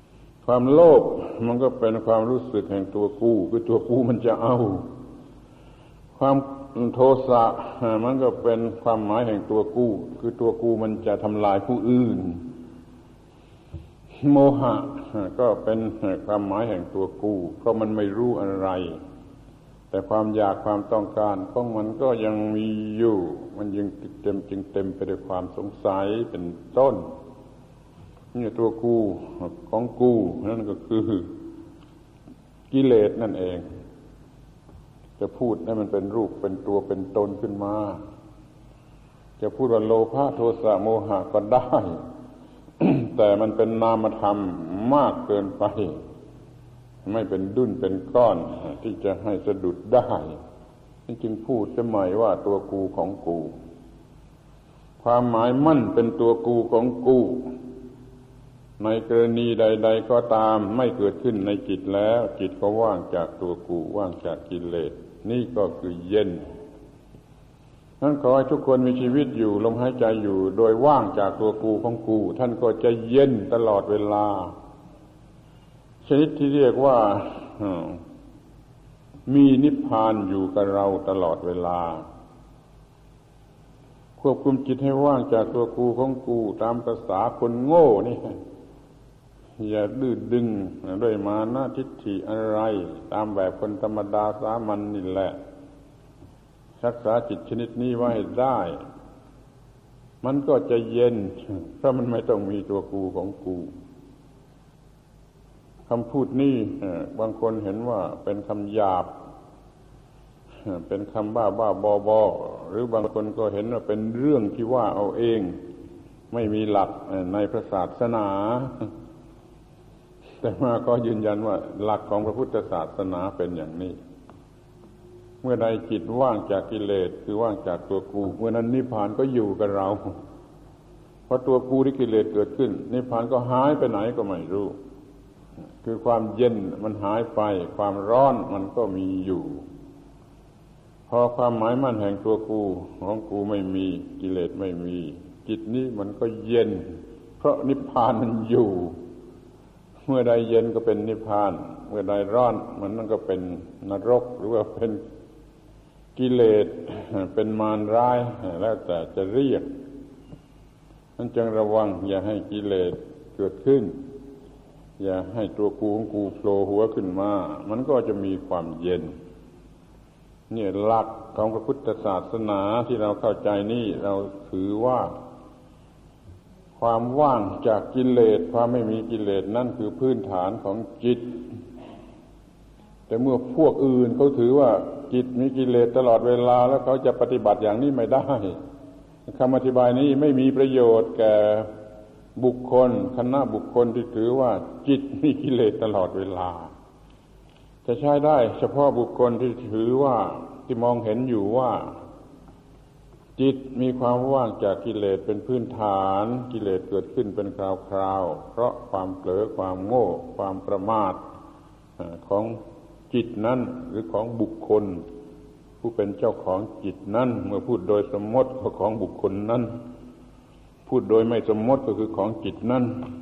[SPEAKER 1] ความโลภมันก็เป็นความรู้สึกแห่งตัวกูคือตัวกูมันจะเอาความโทสะมันก็เป็นความหมายแห่งตัวกูคือตัวกูมันจะทำลายผู้อื่นโมหะก็เป็นความหมายแห่งตัวกูเพราะมันไม่รู้อะไรแต่ความอยากความต้องการของมันก็ยังมีอยู่มันยังจึงเต็มไปด้วยความสงสัยเป็นต้นนี่ตัวกูของกูนั่นก็คือกิเลสนั่นเองจะพูดให้มันเป็นรูปเป็นตัวเป็นตนขึ้นมาจะพูดว่าโลภะโทสะโมหะก็ได้ แต่มันเป็นนามธรรมมากเกินไปไม่เป็นดุ้นเป็นก้อนที่จะให้สะดุดได้จึงพูดสมัยว่าตัวกูของกูความหมายมั่นเป็นตัวกูของกูในกรณีใดๆก็ตามไม่เกิดขึ้นในจิตแล้วจิตก็ว่างจากตัวกูว่างจากกิเลสนี่ก็คือเย็นนั้นขอให้ทุกคนมีชีวิตอยู่ลมหายใจอยู่โดยว่างจากตัวกูของกูท่านก็จะเย็นตลอดเวลาชนิดที่เรียกว่ามีนิพพานอยู่กับเราตลอดเวลาควบคุมจิตให้ว่างจากตัวกูของกูตามภาษาคนโง่นี่อย่าดื้อดึงด้วยมานะทิฏฐิอะไรตามแบบคนธรรมดาสามัญนี่แหละรักษาจิตชนิดนี้ไว้ได้มันก็จะเย็นเพราะมันไม่ต้องมีตัวกูของกูคำพูดนี้บางคนเห็นว่าเป็นคำหยาบเป็นคำบ้าบอหรือบางคนก็เห็นว่าเป็นเรื่องที่ว่าเอาเองไม่มีหลักในพระศาสนาแต่มาก็ยืนยันว่าหลักของพระพุทธศาสนาเป็นอย่างนี้เมื่อใดจิตว่างจากกิเลสคือว่างจากตัวกูเมื่อนั้นนิพพานก็อยู่กับเราพอตัวกูที่กิเลสเกิดขึ้นนิพพานก็หายไปไหนก็ไม่รู้คือความเย็นมันหายไปความร้อนมันก็มีอยู่พอความหมายมั่นแห่งตัวกูของกูไม่มีกิเลสไม่มีจิตนี้มันก็เย็นเพราะนิพพานมันอยู่เมื่อใดเย็นก็เป็นนิพพานเมื่อใดร้อนมันนั่นก็เป็นนรกหรือว่าเป็นกิเลสเป็นมารร้ายแล้วแต่จะเรียกนั้นจึงระวังอย่าให้กิเลสเกิดขึ้นอย่าให้ตัวกูของกูโผล่หัวขึ้นมามันก็จะมีความเย็นนี่หลักของพระพุทธศาสนาที่เราเข้าใจนี่เราถือว่าความว่างจากกิเลสความไม่มีกิเลสนั่นคือพื้นฐานของจิตแต่เมื่อพวกอื่นเขาถือว่าจิตมีกิเลสตลอดเวลาแล้วเขาจะปฏิบัติอย่างนี้ไม่ได้คำอธิบายนี้ไม่มีประโยชน์แก่บุคคลคณะบุคคลที่ถือว่าจิตมีกิเลสตลอดเวลาจะใช้ได้เฉพาะบุคคลที่ถือว่าที่มองเห็นอยู่ว่าจิตมีความว่างจากกิเลสเป็นพื้นฐานกิเลสเกิดขึ้นเป็นคราวๆเพราะความเผลอความโง่ความประมาทของจิตนั้นหรือของบุคคลผู้เป็นเจ้าของจิตนั้นเมื่อพูดโดยสมมติก็ของบุคคลนั้นพูดโดยไม่สมมติก็คือของจิตนั้น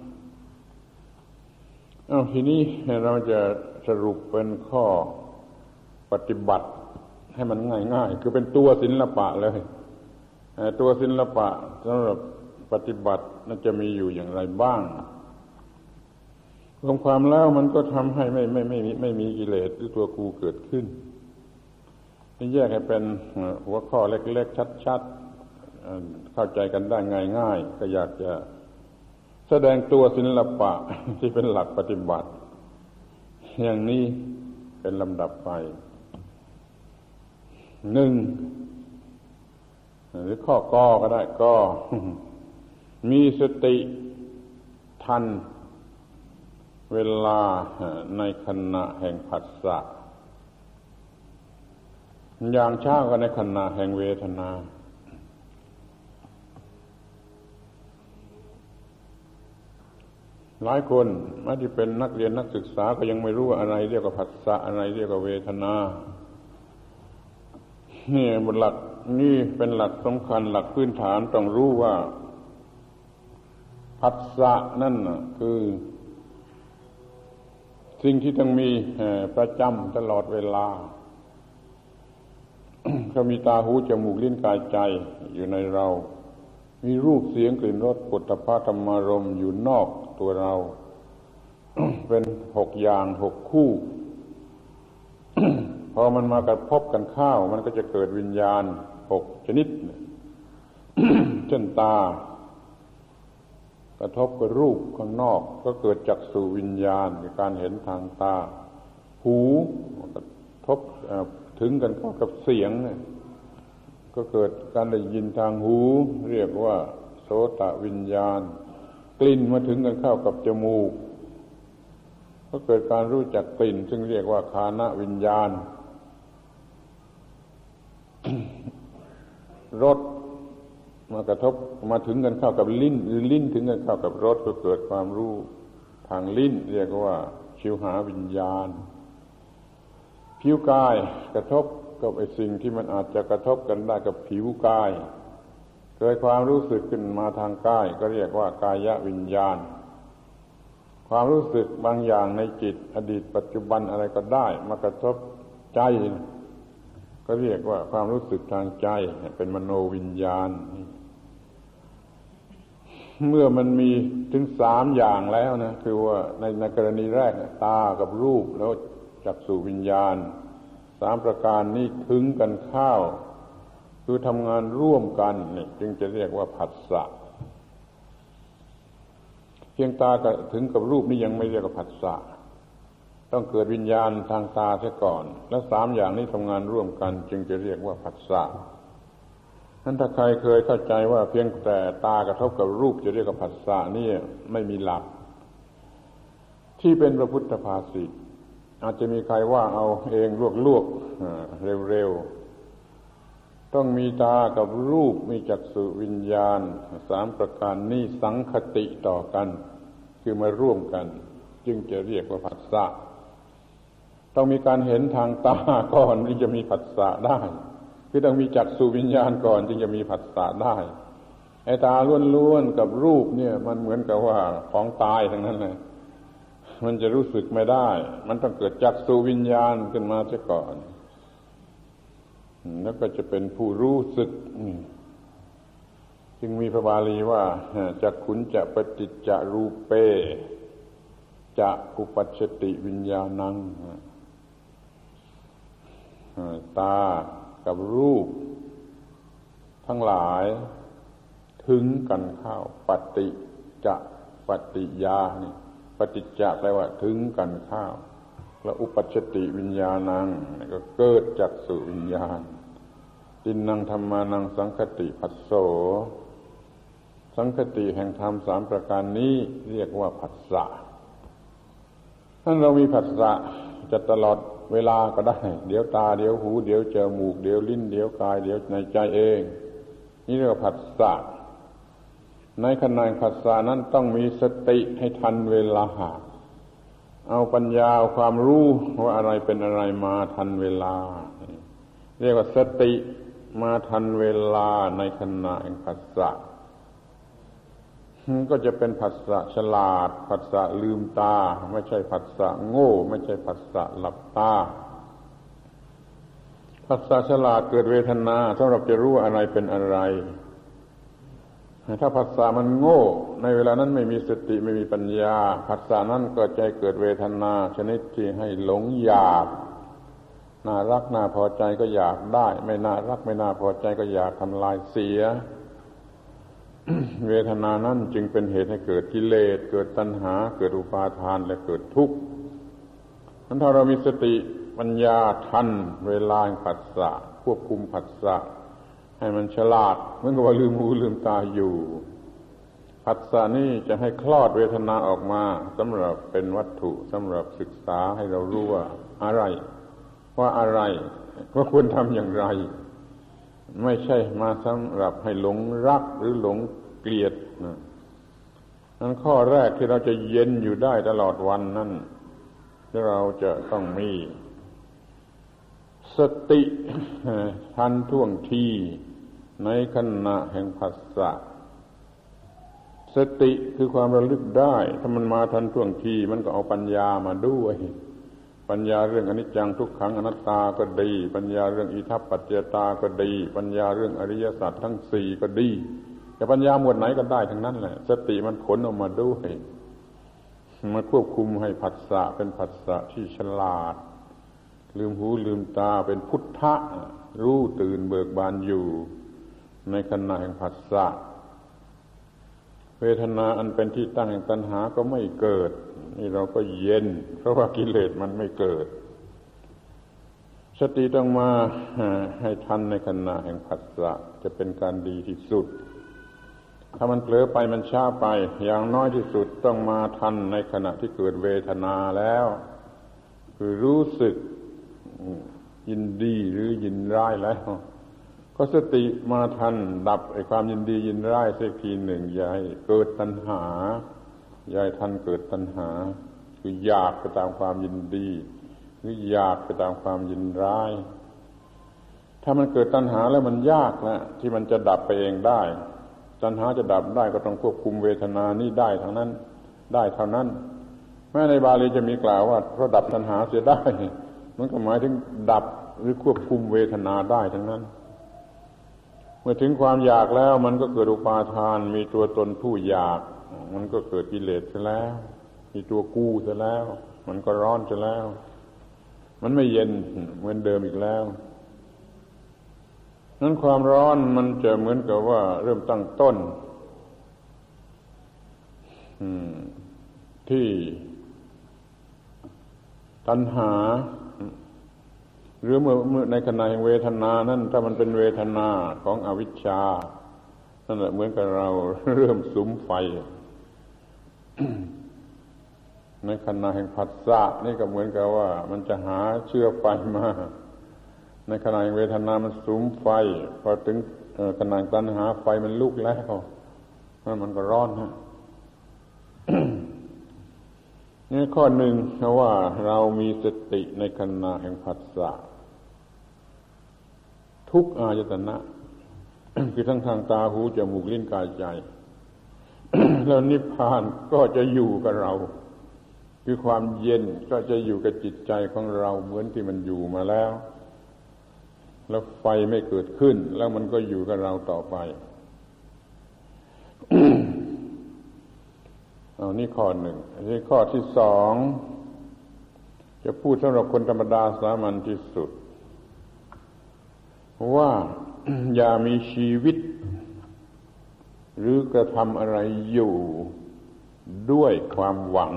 [SPEAKER 1] ทีนี้เราจะสรุปเป็นข้อปฏิบัติให้มันง่ายๆคือเป็นตัวศิลปะเลยตัวศิลปะสำหรับปฏิบัตินั้นจะมีอยู่อย่างไรบ้างรวมความแล้วมันก็ทำให้ไม่มีกิเลสหรือตัวกูเกิดขึ้นแยกให้เป็นหัวข้อเล็กๆชัดๆเข้าใจกันได้ง่ายๆก็อยากจะแสดงตัวศิลปะที่เป็นหลักปฏิบัติอย่างนี้เป็นลำดับไปหนึ่งหรือข้อกอก็ได้ก็มีสติทันเวลาในขณะแห่งผัสสะอย่างช้าก็ในขณะแห่งเวทนาหลายคนแม้ที่เป็นนักเรียนนักศึกษาก็ยังไม่รู้ว่าอะไรเรียกว่าผัสสะอะไรเรียกว่าเวทนานี่บนหลักนี่เป็นหลักสำคัญหลักพื้นฐานต้องรู้ว่าผัสสะนั่นคือสิ่งที่ต้องมีประจำตลอดเวลา เขามีตาหูจมูกลิ้นกายใจอยู่ในเรามีรูปเสียงกลิ่นรสโผฏฐัพพะธรรมารมณ์อยู่นอกตัวเรา เป็น6อย่าง6คู่ พอมันมากระทบกันเข้ามันก็จะเกิดวิญญาณ6ชนิด เช่นตากระทบกับรูปข้างนอกก็เกิดจักษุวิญญาณคือการเห็นทางตาหูกระทบถึงกันเข้ากับเสียงก็เกิดการได้ยินทางหูเรียกว่าโสตวิญญาณกลิ่นมาถึงกันเข้ากับจมูกก็เกิดการรู้จักกลิ่นซึ่งเรียกว่าฆานวิญญาณ รสมากระทบมาถึงกันเข้ากับลิ้นหรือลิ้นถึงกันเข้ากับรสก็เกิดความรู้ทางลิ้นเรียกว่าชิวหาวิญญาณผิวกายกระทบกับไอ้สิ่งที่มันอาจจะกระทบกันได้กับผิวกายเกิดความรู้สึกขึ้นมาทางกายก็เรียกว่ากายวิญญาณความรู้สึกบางอย่างในจิตอดีตปัจจุบันอะไรก็ได้มากระทบใจก็เรียกว่าความรู้สึกทางใจเป็นมโนวิญญาณเมื่อมันมีถึง3อย่างแล้วนะคือว่าในกรณีแรกตากับรูปแล้วจักษุวิญญาณ3ประการนี้ถึงกันเข้าคือทำงานร่วมกันนี่จึงจะเรียกว่าผัสสะเพียงตาถึงกับรูปนี่ยังไม่เรียกว่าผัสสะต้องเกิดวิญญาณทางตาเสียก่อนแล้ว3อย่างนี้ทำงานร่วมกันจึงจะเรียกว่าผัสสะนั้นถ้าใครเคยเข้าใจว่าเพียงแต่ตากระทบกับรูปจะเรียกว่าผัสสะนี่ไม่มีหลักที่เป็นพระพุทธภาษิตอาจจะมีใครว่าเอาเองลวกๆเร็วๆต้องมีตากับรูปมีจักษุวิญญาณ3ประการนี้สังคติต่อกันคือมาร่วมกันจึงจะเรียกว่าผัสสะต้องมีการเห็นทางตาก่อนจึงจะมีผัสสะได้คือต้องมีจักษุวิญญาณก่อนจึงจะมีผัสสะได้ไอ้ตาล้วนๆกับรูปเนี่ยมันเหมือนกับว่าของตายทั้งนั้นเลยมันจะรู้สึกไม่ได้มันต้องเกิดจักษุวิญญาณขึ้นมาเสียก่อนแล้วก็จะเป็นผู้รู้สึกจึงมีพระบาลีว่าจักขุนจะปฏิจจารูเปจะอุปัชชติวิญญาณังตากับรูปทั้งหลายถึงกันเข้าปฏิจะปฏิยานี่ปฏิจจะแปลว่าถึงกันเข้าแล้วอุปัชชติวิญญาณังก็เกิดจักษุวิญญาณตินนังธัมมานังสังคติผัสโสสังคติแห่งธรรม3ประการนี้เรียกว่าผัสสะถ้าเรามีผัสสะจะตลอดเวลาก็ได้เดี๋ยวตาเดี๋ยวหูเดี๋ยวจมูกเดี๋ยวลิ้นเดี๋ยวกายเดี๋ยวในใจเองนี่เรียกว่าผัสสะในขณะผัสสะนั้นต้องมีสติให้ทันเวลาเอาปัญญาความรู้ว่าอะไรเป็นอะไรมาทันเวลาเรียกว่าสติมาทันเวลาในขณะแห่งผัสสะก็จะเป็นผัสสะฉลาดผัสสะลืมตาไม่ใช่ผัสสะโง่ไม่ใช่ผัสสะหลับตาผัสสะฉลาดเกิดเวทนาสำหรับจะรู้อะไรเป็นอะไรถ้าผัสสะมันโง่ในเวลานั้นไม่มีสติไม่มีปัญญาผัสสะนั้นก็จะเกิดเวทนาชนิดที่ให้หลงอยากน่ารักน่าพอใจก็อยากได้ไม่น่ารักไม่น่าพอใจก็อยากทำลายเสีย เวทนานั้นจึงเป็นเหตุให้เกิดกิเลสเกิดตัณหาเกิดอุปาทานและเกิดทุกข์นั้นถ้าเรามีสติปัญญาทันเวลาผัสสะควบคุมผัสสะให้มันฉลาดเหมือนกับว่าลืมหูลืมตาอยู่ผัสสะนี่จะให้คลอดเวทนาออกมาสำหรับเป็นวัตถุสำหรับศึกษาให้เรารู้ว่าอะไรว่าควรทำอย่างไรไม่ใช่มาสำหรับให้หลงรักหรือหลงเกลียดนั้นข้อแรกที่เราจะเย็นอยู่ได้ตลอดวันนั้นที่เราจะต้องมีสติทันท่วงทีในขณะแห่งผัสสะสติคือความระลึกได้ถ้ามันมาทันท่วงทีมันก็เอาปัญญามาด้วยปัญญาเรื่องอนิจจังทุกขังอนัตตาก็ดีปัญญาเรื่องอิทัปปัจจตาก็ดีปัญญาเรื่องอริยสัจทั้งสี่ก็ดีแต่ปัญญาหมวดไหนก็ได้ทั้งนั้นแหละสติมันขนออกมาด้วยมาควบคุมให้ผัสสะเป็นผัสสะที่ฉลาดลืมหูลืมตาเป็นพุทธะรู้ตื่นเบิกบานอยู่ในขณะแห่งผัสสะเวทนาอันเป็นที่ตั้งแห่งตัณหาก็ไม่เกิดนี่เราก็เย็นเพราะว่ากิเลสมันไม่เกิดสติต้องมาให้ทันในขณะแห่งผัสสะจะเป็นการดีที่สุดถ้ามันเผลอไปมันช้าไปอย่างน้อยที่สุดต้องมาทันในขณะที่เกิดเวทนาแล้วคือรู้สึกยินดีหรือยินร้ายแล้วก็สติมาทันดับไอ้ความยินดียินร้ายสักทีหนึ่งอย่าให้เกิดตัณหาอย่าให้ทันเกิดตัณหาคืออยากไปตามความยินดีหรืออยากไปตามความยินร้ายถ้ามันเกิดตัณหาแล้วมันยากนะที่มันจะดับไปเองได้ตัณหาจะดับได้ก็ต้องควบคุมเวทนานี้ได้ทั้งนั้นได้เท่านั้นแม้ในบาลีจะมีกล่าวว่าเพราะดับตัณหาเสียได้มันก็หมายถึงดับหรือควบคุมเวทนาได้ทั้งนั้นเมื่อถึงความอยากแล้วมันก็เกิดอุปาทานมีตัวตนผู้อยากมันก็เกิดกิเลสซะแล้วมีตัวกู้ซะแล้วมันก็ร้อนซะแล้วมันไม่เย็นเหมือนเดิมอีกแล้วนั้นความร้อนมันจะเหมือนกับว่าเริ่มตั้งต้นที่ตัณหาหรือเมื่อในขณะแห่งเวทนานั้นถ้ามันเป็นเวทนาของอวิชชานั่นแหละเหมือนกับเราเริ่มสุมไฟ ในขณะแห่งผัสสะนี่ก็เหมือนกับว่ามันจะหาเชื้อไฟมาในขณะแห่งเวทนามันสุมไฟพอถึงขณะตัณหาไฟมันลุกแล้วมันก็ร้อนฮะ นี่ข้อหนึ่งคือว่าเรามีสติในขณะแห่งผัสสะทุกอายตนะ คือทั้งทางตาหูจมูกลิ้นกายใจ แล้วนิพพานก็จะอยู่กับเราคือความเย็นก็จะอยู่กับจิตใจของเราเหมือนที่มันอยู่มาแล้วแล้วไฟไม่เกิดขึ้นแล้วมันก็อยู่กับเราต่อไป นี่ข้อหนึ่งนี่ข้อที่สองจะพูดสำหรับคนธรรมดาสามัญที่สุดว่า อย่ามีชีวิตหรือกระทำอะไรอยู่ด้วยความหวัง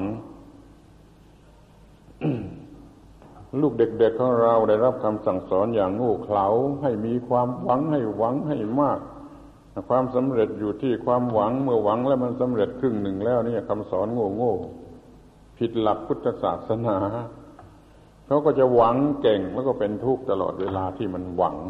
[SPEAKER 1] ลูกเด็กๆของเราได้รับคำสั่งสอนอย่างโง่เขลาให้มีความหวังให้หวังให้มากความสำเร็จอยู่ที่ความหวังเมื่อหวังแล้วมันสำเร็จครึ่งหนึ่งแล้วนี่คำสอนโง่ๆผิดหลักพุทธศาสนาเขาก็จะหวังเก่งแล้วก็เป็นทุกข์ตลอดเวลาที่มันหวัง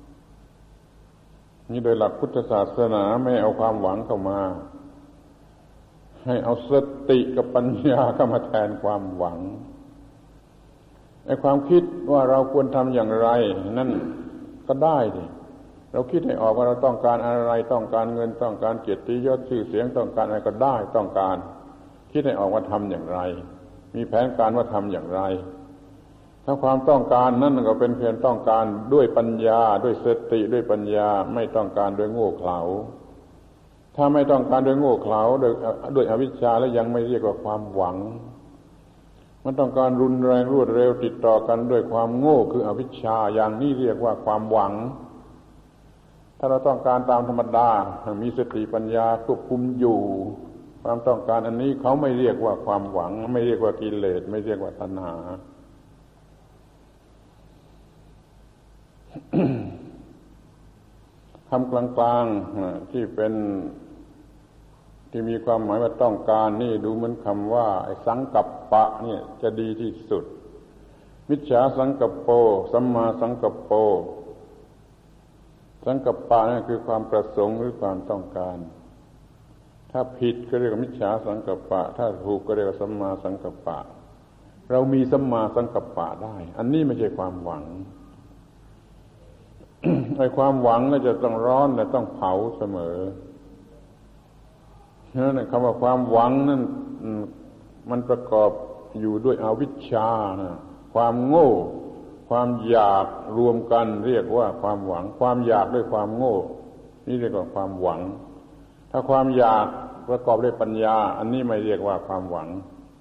[SPEAKER 1] นี่โดยหลักพุทธศาสนาไม่เอาความหวังเข้ามาให้เอาสติกับปัญญาเข้ามาแทนความหวังไอ้ความคิดว่าเราควรทำอย่างไรนั่นก็ได้ดิเราคิดให้ออกว่าเราต้องการอะไรต้องการเงินต้องการเกียรติยศชื่อเสียงต้องการอะไรก็ได้ต้องการคิดให้ออกว่าทำอย่างไรมีแผนการว่าทำอย่างไรถ้าความต้องการนั่นก็เป็นเพียงต้องการด้วยปัญญาด้วยสติด้วยปัญญาไม่ต้องการด้วยโง่เขลาถ้าไม่ต้องการด้วยโง่เขลาด้วยอวิชชาแล้วยังไม่เรียกว่าความหวังมันต้องการรุนแรงรวดเร็วติดต่อกันด้วยความโง่คืออวิชชาอย่างนี้เรียกว่าความหวังถ้าเราต้องการตามธรรมดามีสติปัญญาควบคุมอยู่ความต้องการอันนี้เขาไม่เรียกว่าความหวังไม่เรียกว่ากิเลสไม่เรียกว่าตัณหา คำกลางๆที่เป็นที่มีความหมายว่าต้องการนี่ดูเหมือนคำว่าไอ้สังกัปปะเนี่ยจะดีที่สุดมิจฉาสังกัปโปสัมมาสังกัปโปสังกัปปะนั่นคือความประสงค์หรือความต้องการถ้าผิดก็เรียกว่ามิจฉาสังกัปปะถ้าถูกก็เรียกว่าสัมมาสังกัปปะเรามีสัมมาสังกัปปะได้อันนี้ไม่ใช่ความหวัง ไอ้ความหวังก็จะต้องร้อนและต้องเผาเสมอนั่นคำว่าความหวังนั่นมันประกอบอยู่ด้วยอวิชชานะความโง่ความอยากรวมกันเรียกว่าความหวังความอยากด้วยความโง่นี่เรียกว่าความหวังถ้าความอยากประกอบด้วยปัญญาอันนี้ไม่เรียกว่าความหวัง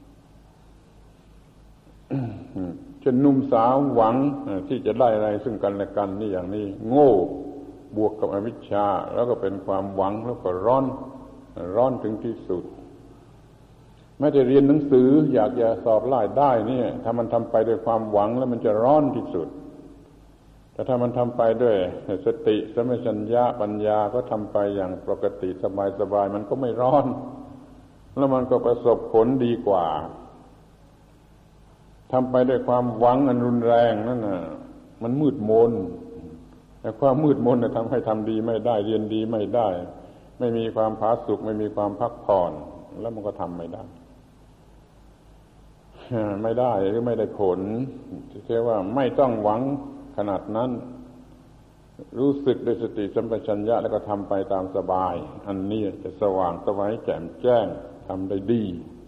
[SPEAKER 1] จนหนุ่มสาวหวังที่จะได้อะไรซึ่งกันและกันนี่อย่างนี้โง่บวกกับอวิชชาแล้วก็เป็นความหวังแล้วก็ร้อนถึงที่สุดแม้แต่เรียนหนังสืออยากจะสอบได้เนี่ยถ้ามันทำไปด้วยความหวังแล้วมันจะร้อนที่สุดแต่ถ้ามันทำไปด้วยสติสัมปชัญญะปัญญาก็ทำไปอย่างปกติสบายๆมันก็ไม่ร้อนแล้วมันก็ประสบผลดีกว่าทำไปด้วยความหวังอันรุนแรงนั่นน่ะมันมืดมนแต่ความมืดมนทำให้ทำดีไม่ได้เรียนดีไม่ได้ไม่มีความผาสุกไม่มีความพักผ่อนแล้วมันก็ทำไม่ได้หรือไม่ได้ผลที่เรียกว่าไม่ต้องหวังขนาดนั้นรู้สึกด้วยสติสัมปชัญญะแล้วก็ทำไปตามสบายอันนี้จะสว่างไสวแจ่มแจ้งทำได้ดี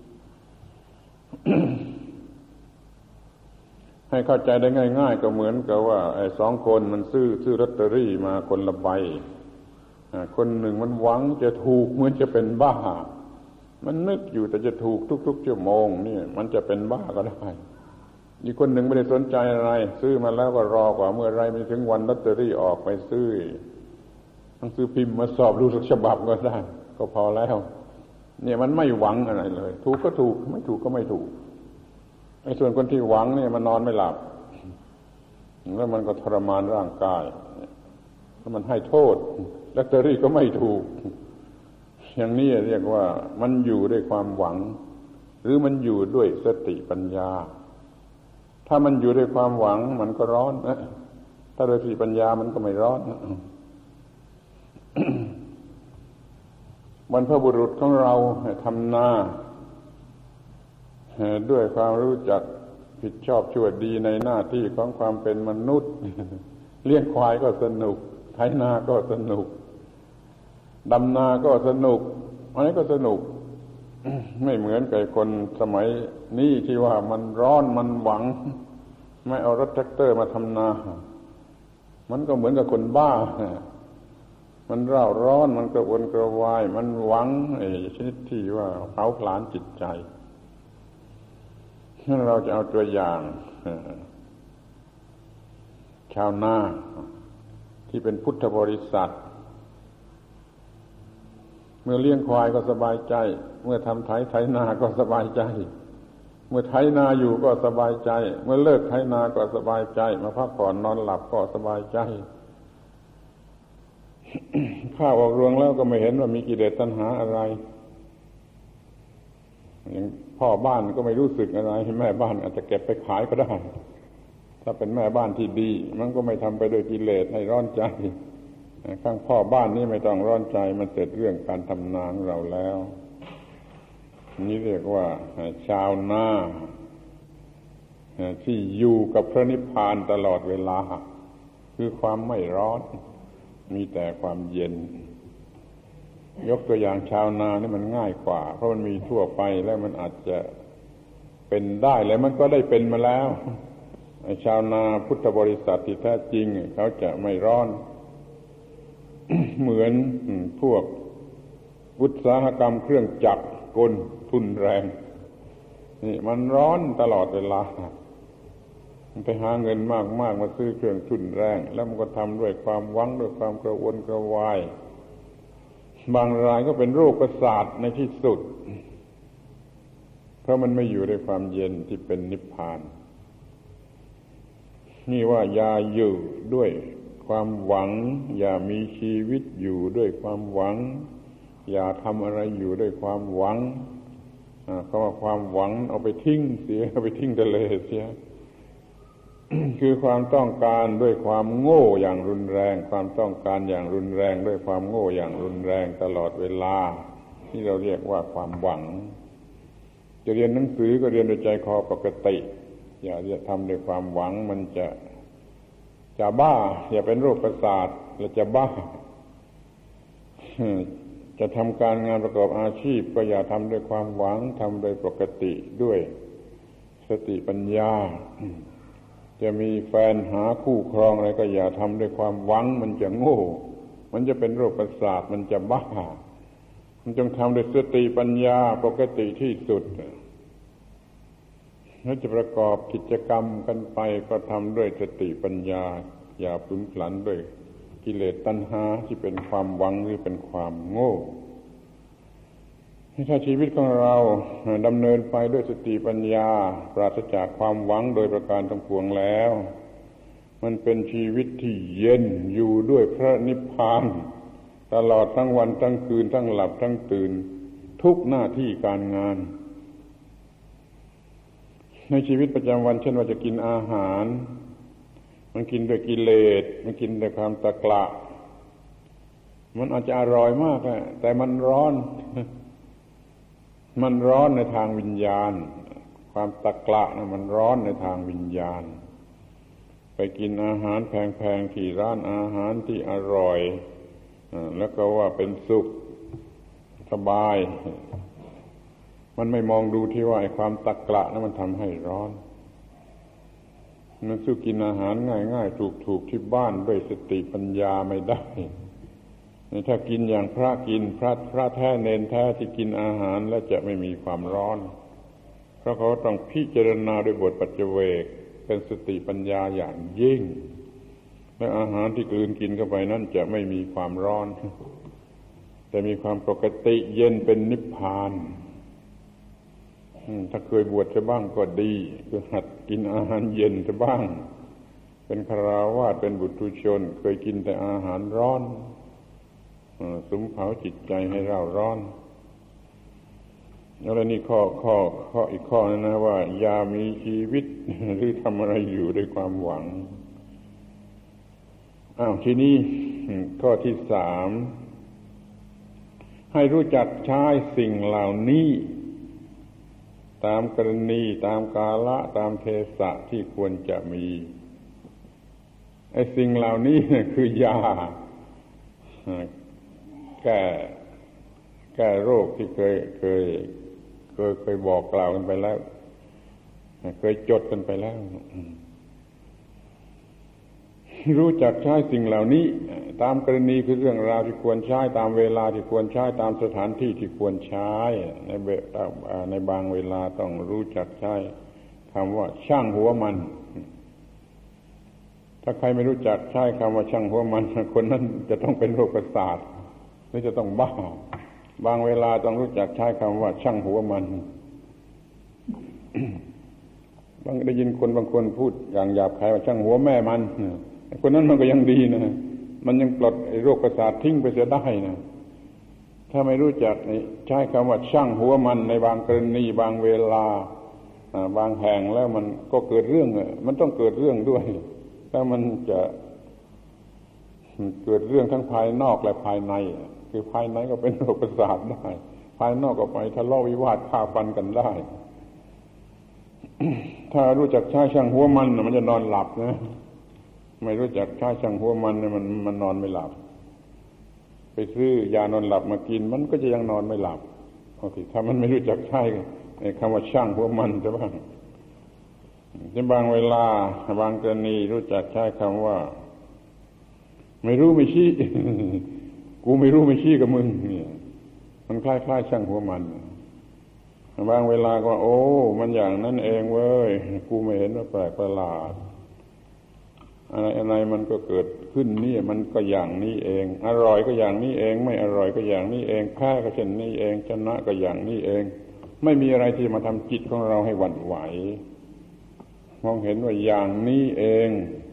[SPEAKER 1] ให้เข้าใจได้ง่ายๆก็เหมือนกับว่าไอ้สองคนมันซื้อลอตเตอรี่มาคนละใบคนหนึ่งมันหวังจะถูกเหมือนจะเป็นบ้ามันนึกอยู่แต่จะถูกทุกๆชั่วโมงนี่มันจะเป็นบ้าก็ได้อีกคนหนึ่งไม่ได้สนใจอะไรซื้อมาแล้วก็รอกว่าเมื่อไรมันถึงวันลอตเตอรี่ออกไปซื้อต้องซื้อพิมพ์มาสอบดูสักฉบับก็ได้ก็พอแล้วเนี่ยมันไม่หวังอะไรเลยถูกก็ถูกไม่ถูกก็ไม่ถูกไอ้ส่วนคนที่หวังเนี่ยมันนอนไม่หลับแล้วมันก็ทรมานร่างกายแล้วมันให้โทษลอตเตอรี่ก็ไม่ถูกอย่างนี้เรียกว่ามันอยู่ด้วยความหวังหรือมันอยู่ด้วยสติปัญญาถ้ามันอยู่ด้วยความหวังมันก็ร้อนนะถ้าโดยสติปัญญามันก็ไม่ร้อนนะ บรรพบุรุษของเราทำนาด้วยความรู้จักผิดชอบชั่วดีในหน้าที่ของความเป็นมนุษย์ เลี้ยงควายก็สนุกไถนาก็สนุกดำนาก็สนุกอะไรก็สนุก ไม่เหมือนกับคนสมัยนี้ที่ว่ามันร้อนมันหวังไม่เอารถแท็กเตอร์มาทำนามันก็เหมือนกับคนบ้ามันเร่าร้อนมันกระวนกระวายมันหวังชนิดที่ว่าเผาผลาญจิตใจนั่นเราจะเอาตัวอย่างชาวนาที่เป็นพุทธบริษัทเมื่อเลี้ยงควายก็สบายใจเมื่อทำไถนาก็สบายใจเมื่อไถนาอยู่ก็สบายใจเมื่อเลิกไถนาก็สบายใจมาพักผ่อนนอนหลับก็สบายใจ ข้าวออกรวงแล้วก็ไม่เห็นว่ามีกิเลสตัณหาอะไรอย่างพ่อบ้านก็ไม่รู้สึกอะไรแม่บ้านอาจจะเก็บไปขายก็ได้ถ้าเป็นแม่บ้านที่ดีมันก็ไม่ทำไปโดยกิเลสให้ร้อนใจข้างพ่อบ้านนี่ไม่ต้องร้อนใจมันเสร็จเรื่องการทำนาของเราแล้วนี่เรียกว่าชาวนาที่อยู่กับพระนิพพานตลอดเวลาคือความไม่ร้อนมีแต่ความเย็นยกตัวอย่างชาวนานี่มันง่ายกว่าเพราะมันมีทั่วไปแล้วมันอาจจะเป็นได้แล้วมันก็ได้เป็นมาแล้วชาวนาพุทธบริษัทที่แท้จริงเขาจะไม่ร้อน เหมือนพวกอุตสาหกรรมเครื่องจักรกลทุนแรงนี่มันร้อนตลอดเวลามันไปหาเงินมากมาซื้อเครื่องทุนแรงแล้วมันก็ทำด้วยความหวังด้วยความกระวนกระวายบางรายก็เป็นโรคประสาทในที่สุดเพราะมันไม่อยู่ในความเย็นที่เป็นนิพพานนี่ว่าอย่าอยู่ด้วยความหวังอย่ามีชีวิตอยู่ด้วยความหวังอย่าทำอะไรอยู่ด้วยความหวังเพราะว่าความหวังเอาไปทิ้งเสียเอาไปทิ้งทะเลเสีย คือความต้องการด้วยความโง่อย่างรุนแรงความต้องการอย่างรุนแรงด้วยความโง่อย่างรุนแรงตลอดเวลาที่เราเรียกว่าความหวังจะเรียนหนังสือก็เรียนด้วยใจคอปกติอย่าทำด้วยความหวังมันจะบ้าอย่าเป็นโรคประสาทแล้วจะบ้าจะทำการงานประกอบอาชีพก็อย่าทำด้วยความหวังทำโดยปกติด้วยสติปัญญาจะมีแฟนหาคู่ครองอะไรก็อย่าทำด้วยความหวังมันจะโง่มันจะเป็นโรคประสาทมันจะบ้ามันจงทำด้วยสติปัญญาปกติที่สุดถ้าจะประกอบกิจกรรมกันไปก็ทำด้วยสติปัญญาอย่าพลุนพลันด้วยกิเลสตัณหาที่เป็นความหวังหรือเป็นความโง่ถ้าชีวิตของเราดำเนินไปด้วยสติปัญญาปราศจากความหวังโดยประการทั้งปวงแล้วมันเป็นชีวิตที่เย็นอยู่ด้วยพระนิพพานตลอดทั้งวันทั้งคืนทั้งหลับทั้งตื่นทุกหน้าที่การงานในชีวิตประจำวันเช่นว่าจะกินอาหารมันกินด้วยกิเลสมันกินด้วยความตะกละมันอาจจะอร่อยมากแต่มันร้อนมันร้อนในทางวิญญาณความตะกละนะมันร้อนในทางวิญญาณไปกินอาหารแพงๆที่ร้านอาหารที่อร่อยแล้วก็ว่าเป็นสุขสบายมันไม่มองดูที่ว่าไอ้ความตะกละนั้นมันทำให้ร้อนมันสู้กินอาหารง่ายๆถูกๆที่บ้านด้วยสติปัญญาไม่ได้ถ้ากินอย่างพระกินพระแท้เนรแท้ที่กินอาหารแล้วจะไม่มีความร้อนเพราะเขาต้องพิจารณาด้วยบทปัจเจเวกเป็นสติปัญญาอย่างยิ่งและอาหารที่กลืนกินเข้าไปนั้นจะไม่มีความร้อนแต่มีความปกติเย็นเป็นนิพพานถ้าเคยบวชจะบ้างก็ดีคือหัดกินอาหารเย็นจะบ้างเป็นฆราวาสเป็นบุตุชนเคยกินแต่อาหารร้อนสุมเผาจิตใจให้เร่าร้อนแล้วนี่ข้ออีกข้อนึงนะว่าอย่ามีชีวิตหรือทำอะไรอยู่ด้วยความหวังทีนี้ข้อที่3ให้รู้จักใช้สิ่งเหล่านี้ตามกรณีตามกาลตามเทศะที่ควรจะมีไอ้สิ่งเหล่านี้คือยาแก้โรคที่เคยบอกกล่าวกันไปแล้วเคยจดกันไปแล้วรู้จักใช้สิ่งเหล่านี้ตามกรณีคือเรื่องราวที่ควรใช้ตามเวลาที่ควรใช้ตามสถานที่ที่ควรใช้ในบางเวลาต้องรู้จักใช้คำว่าช่างหัวมันถ้าใครไม่รู้จักใช้คำว่าช่างหัวมันคนนั้นจะต้องเป็นโรคประสาทหรือจะต้องบ้าบางเวลาต้องรู้จักใช้คำว่าช่างหัวมัน บางได้ยินคนบางคนพูดอย่างหยาบคายว่าช่างหัวแม่มันคนนั้นมันก็ยังดีนะมันยังปลดโรคประสาททิ้งไปเสียได้นะถ้าไม่รู้จักใช้คำว่าช่างหัวมันในบางกรณีบางเวลาบางแห่งแล้วมันก็เกิดเรื่องมันต้องเกิดเรื่องด้วยถ้ามันจะเกิดเรื่องทั้งภายนอกและภายในคือภายในก็เป็นโรคประสาทได้ภายนอกก็ไปทะเลาะวิวาทฆ่าฟันกันได้ ถ้ารู้จักใช้ช่างหัวมันมันจะนอนหลับนะไม่รู้จักใช้ช่างหัวมันมันนอนไม่หลับไปซื้อยานอนหลับมากินมันก็จะยังนอนไม่หลับโอเคถ้ามันไม่รู้จักใช้คำว่าช่างหัวมันจะบ้างในบางเวลาบางกรณีรู้จักใช้คำว่าไม่รู้ไม่ชี้ กูไม่รู้ไม่ชี้กับมึงเนี่ยมันคล้ายๆช่างหัวมันบางเวลาก็โอ้มันอย่างนั้นเองเว้ยกูไม่เห็นว่าแปลกประหลาดอะไรมันก็เกิดขึ้นนี่มันก็อย่างนี้เองอร่อยก็อย่างนี้เองไม่อร่อยก็อย่างนี้เองแพ้ก็เช่นนี้เองชนะก็อย่างนี้เองไม่มีอะไรที่มาทำจิตของเราให้หวั่นไหวมองเห็นว่าอย่างนี้เอง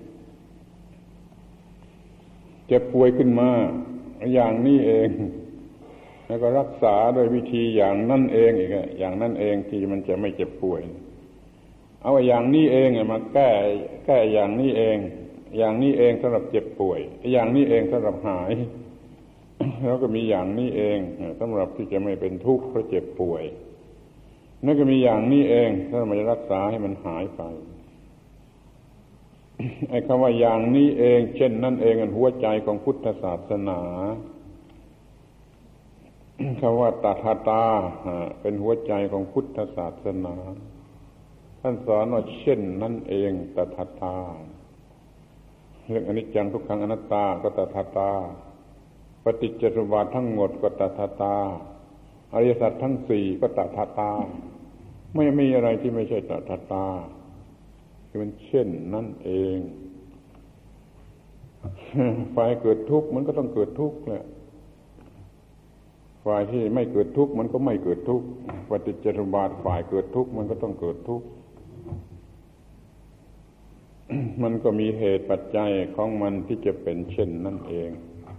[SPEAKER 1] เจ็บป่วยขึ้นมาอย่างนี้เองแล้วก็รักษาโดยวิธีอย่างนั่นเองอีกอย่างนั่นเองที่มันจะไม่เจ็บป่วยเอาอย่างนี้เองมาแก้อย่างนี้เองอย่างนี้เองสำหรับเจ็บป่วยอย่างนี้เองสำหรับหายแล้วก็มีอย่างนี้เองสำหรับที่จะไม่เป็นทุกข์เพราะเจ็บป่วยนั่นก็มีอย่างนี้เองถ้ามันจะรักษาให้มันหายไปไอ้คำว่าอย่างนี้เองเช่นนั่นเองหัวใจของพุทธศาสนาคำว่าตถาตาเป็นหัวใจของพุทธศาสนาท่านสอนว่าเช่นนั่นเองตถาตาเรื่องอนิจจังทุกขังอนัตตาก็ตถาตาปฏิจจสมุปบาททั้งหมดก็ตถาตาอริยสัจทั้งสี่ก็ตถาตาไม่มีอะไรที่ไม่ใช่ตถาตาคือมันเช่นนั่นเองฝ่ายเกิดทุกข์มันก็ต้องเกิดทุกข์แหละฝ่ายที่ไม่เกิดทุกข์มันก็ไม่เกิดทุกข์ปฏิจจสมุปบาทฝ่ายเกิดทุกข์มันก็ต้องเกิดทุกข์ มันก็มีเหตุปัจจัยของมันที่จะเป็นเช่นนั่นเอง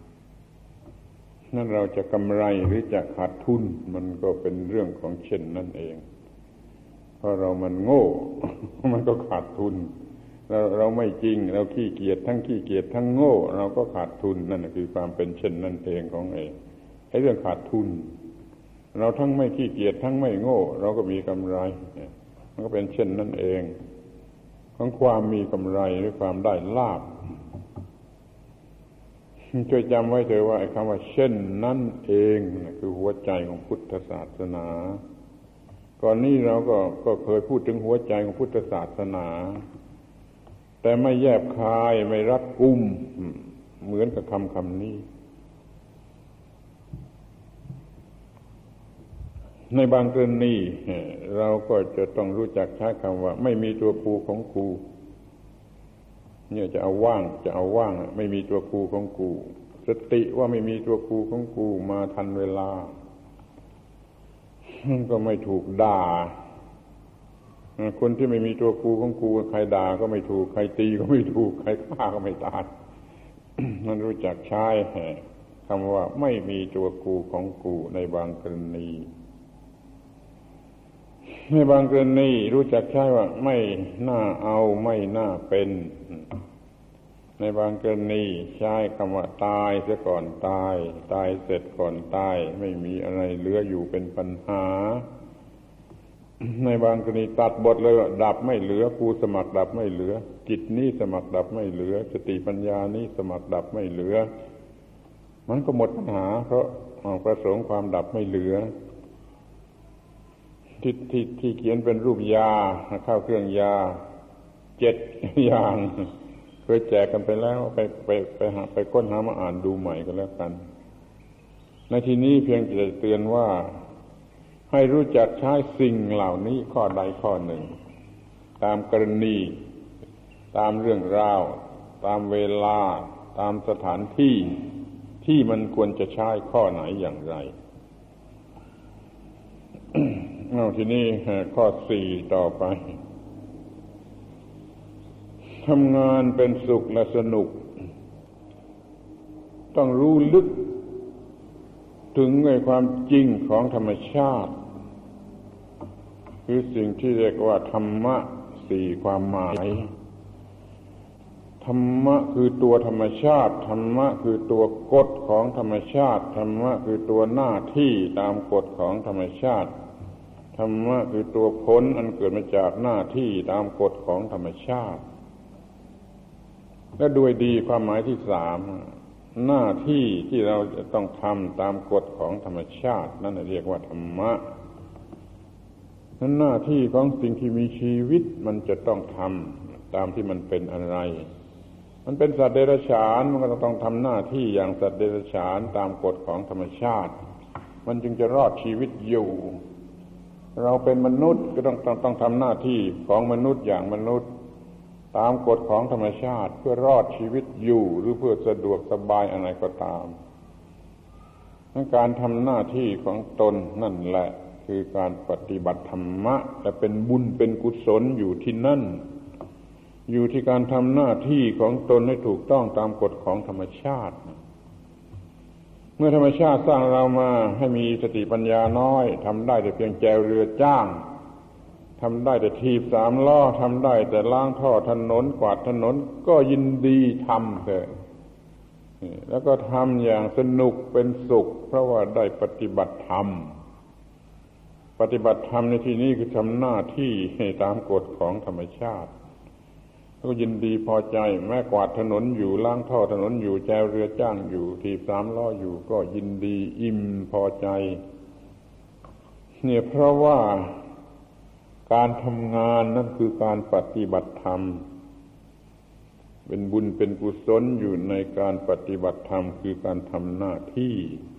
[SPEAKER 1] นั่นเราจะกำไรหรือจะขาดทุนมันก็เป็นเรื่องของเช่นนั่นเองเพราะเรามันโง่ มันก็ขาดทุนเราไม่จริงเราขี้เกียจทั้งขี้เกียจทั้งโง่เราก็ขาดทุนนั่นคือความเป็นเช่นนั่นเองของเองไอ้เรื่องขาดทุนเราทั้งไม่ขี้เกียจทั้งไม่โง่เราก็มีกำไรมันก็เป็นเช่นนั่นเองของความมีกำไรหรือความได้ลาภช่วยจำไว้เถอะว่าไอ้คำว่าเช่นนั่นเองคือหัวใจของพุทธศาสนาก่อนนี้เราก็เคยพูดถึงหัวใจของพุทธศาสนาแต่ไม่แยบคายไม่รัดกุมเหมือนกับคำนี้ในบางกรณีเราก็จะต้องรู้จักใช้คำว่าไม่มีตัวกูของกูเนี่ยจะเอาว่างไม่มีตัวกูของกูสติว่าไม่มีตัวกูของกูมาทันเวลาก็ไม่ถูกด่าคนที่ไม่มีตัวกูของกูใครด่าก็ไม่ถูกใครตีก็ไม่ถูกใครฆ่าก็ไม่ตาย มันรู้จักใช้คำว่าไม่มีตัวกูของกูในบางกรณีในบางกรณีรู้จักใช้ว่าไม่น่าเอาไม่น่าเป็นในบางกรณีใช้คำว่าตายเสียก่อนตายเสร็จก่อนตายไม่มีอะไรเหลืออยู่เป็นปัญหาในบางกรณีตัดบทเลยว่าดับไม่เหลือกูสมัครดับไม่เหลือจิตนี้สมัครดับไม่เหลือสติปัญญานี้สมัครดับไม่เหลือมันก็หมดปัญหาเพราะประสงค์ความดับไม่เหลือที่เขียนเป็นรูปยาเข้าเครื่องยา7 อย่างเคยแจกกันไปแล้วไปค้นหามาอ่านดูใหม่กันแล้วกันในที่นี้เพียงจะเตือนว่าให้รู้จักใช้สิ่งเหล่านี้ข้อใดข้อหนึ่งตามกรณีตามเรื่องราวตามเวลาตามสถานที่ที่มันควรจะใช้ข้อไหนอย่างไร ทีนี้ข้อ4ต่อไปทำงานเป็นสุขและสนุกต้องรู้ลึกถึงในความจริงของธรรมชาติคือสิ่งที่เรียกว่าธรรมะ4ความหมายธรรมะคือตัวธรรมชาติธรรมะคือตัวกฎของธรรมชาติธรรมะคือตัวหน้าที่ตามกฎของธรรมชาติธรรมะคือตัวผลอันเกิดมาจากหน้าที่ตามกฎของธรรมชาติและด้วยดีความหมายที่3หน้าที่ที่เราจะต้องทำตามกฎของธรรมชาตินั่นเรียกว่าธรรมะนั้นหน้าที่ของสิ่งที่มีชีวิตมันจะต้องทำตามที่มันเป็นอะไรมันเป็นสัตว์เดรัจฉานมันก็ต้องทำหน้าที่อย่างสัตว์เดรัจฉานตามกฎของธรรมชาติมันจึงจะรอดชีวิตอยู่เราเป็นมนุษย์ก็ต้องทำหน้าที่ของมนุษย์อย่างมนุษย์ตามกฎของธรรมชาติเพื่อรอดชีวิตอยู่หรือเพื่อสะดวกสบายอะไรก็ตามการทำหน้าที่ของตนนั่นแหละคือการปฏิบัติธรรมะแต่เป็นบุญเป็นกุศลอยู่ที่นั่นอยู่ที่การทำหน้าที่ของตนให้ถูกต้องตามกฎของธรรมชาติเมื่อธรรมชาติสร้างเรามาให้มีสติปัญญาน้อยทำได้แต่เพียงแจวเรือจ้างทำได้แต่ถีบ3 ล้อทำได้แต่ล้างท่อถนนกวาดถนนก็ยินดีทำเถอะแล้วก็ทำอย่างสนุกเป็นสุขเพราะว่าได้ปฏิบัติธรรมในที่นี้คือทำหน้าที่ตามกฎของธรรมชาติก็ยินดีพอใจแม้กวาดถนนอยู่ล้างท่อถนนอยู่แจวเรือจ้างอยู่ถีบสามล้ออยู่ก็ยินดีอิ่มพอใจเนี่ยเพราะว่าการทำงานนั่นคือการปฏิบัติธรรมเป็นบุญเป็นกุศลอยู่ในการปฏิบัติธรรมคือการทำหน้าที่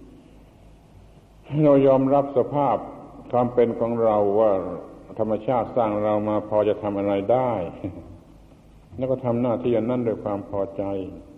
[SPEAKER 1] เรายอมรับสภาพความเป็นของเราว่าธรรมชาติสร้างเรามาพอจะทำอะไรได้แล้วก็ทำหน้าที่อันนั้นด้วยความพอใจ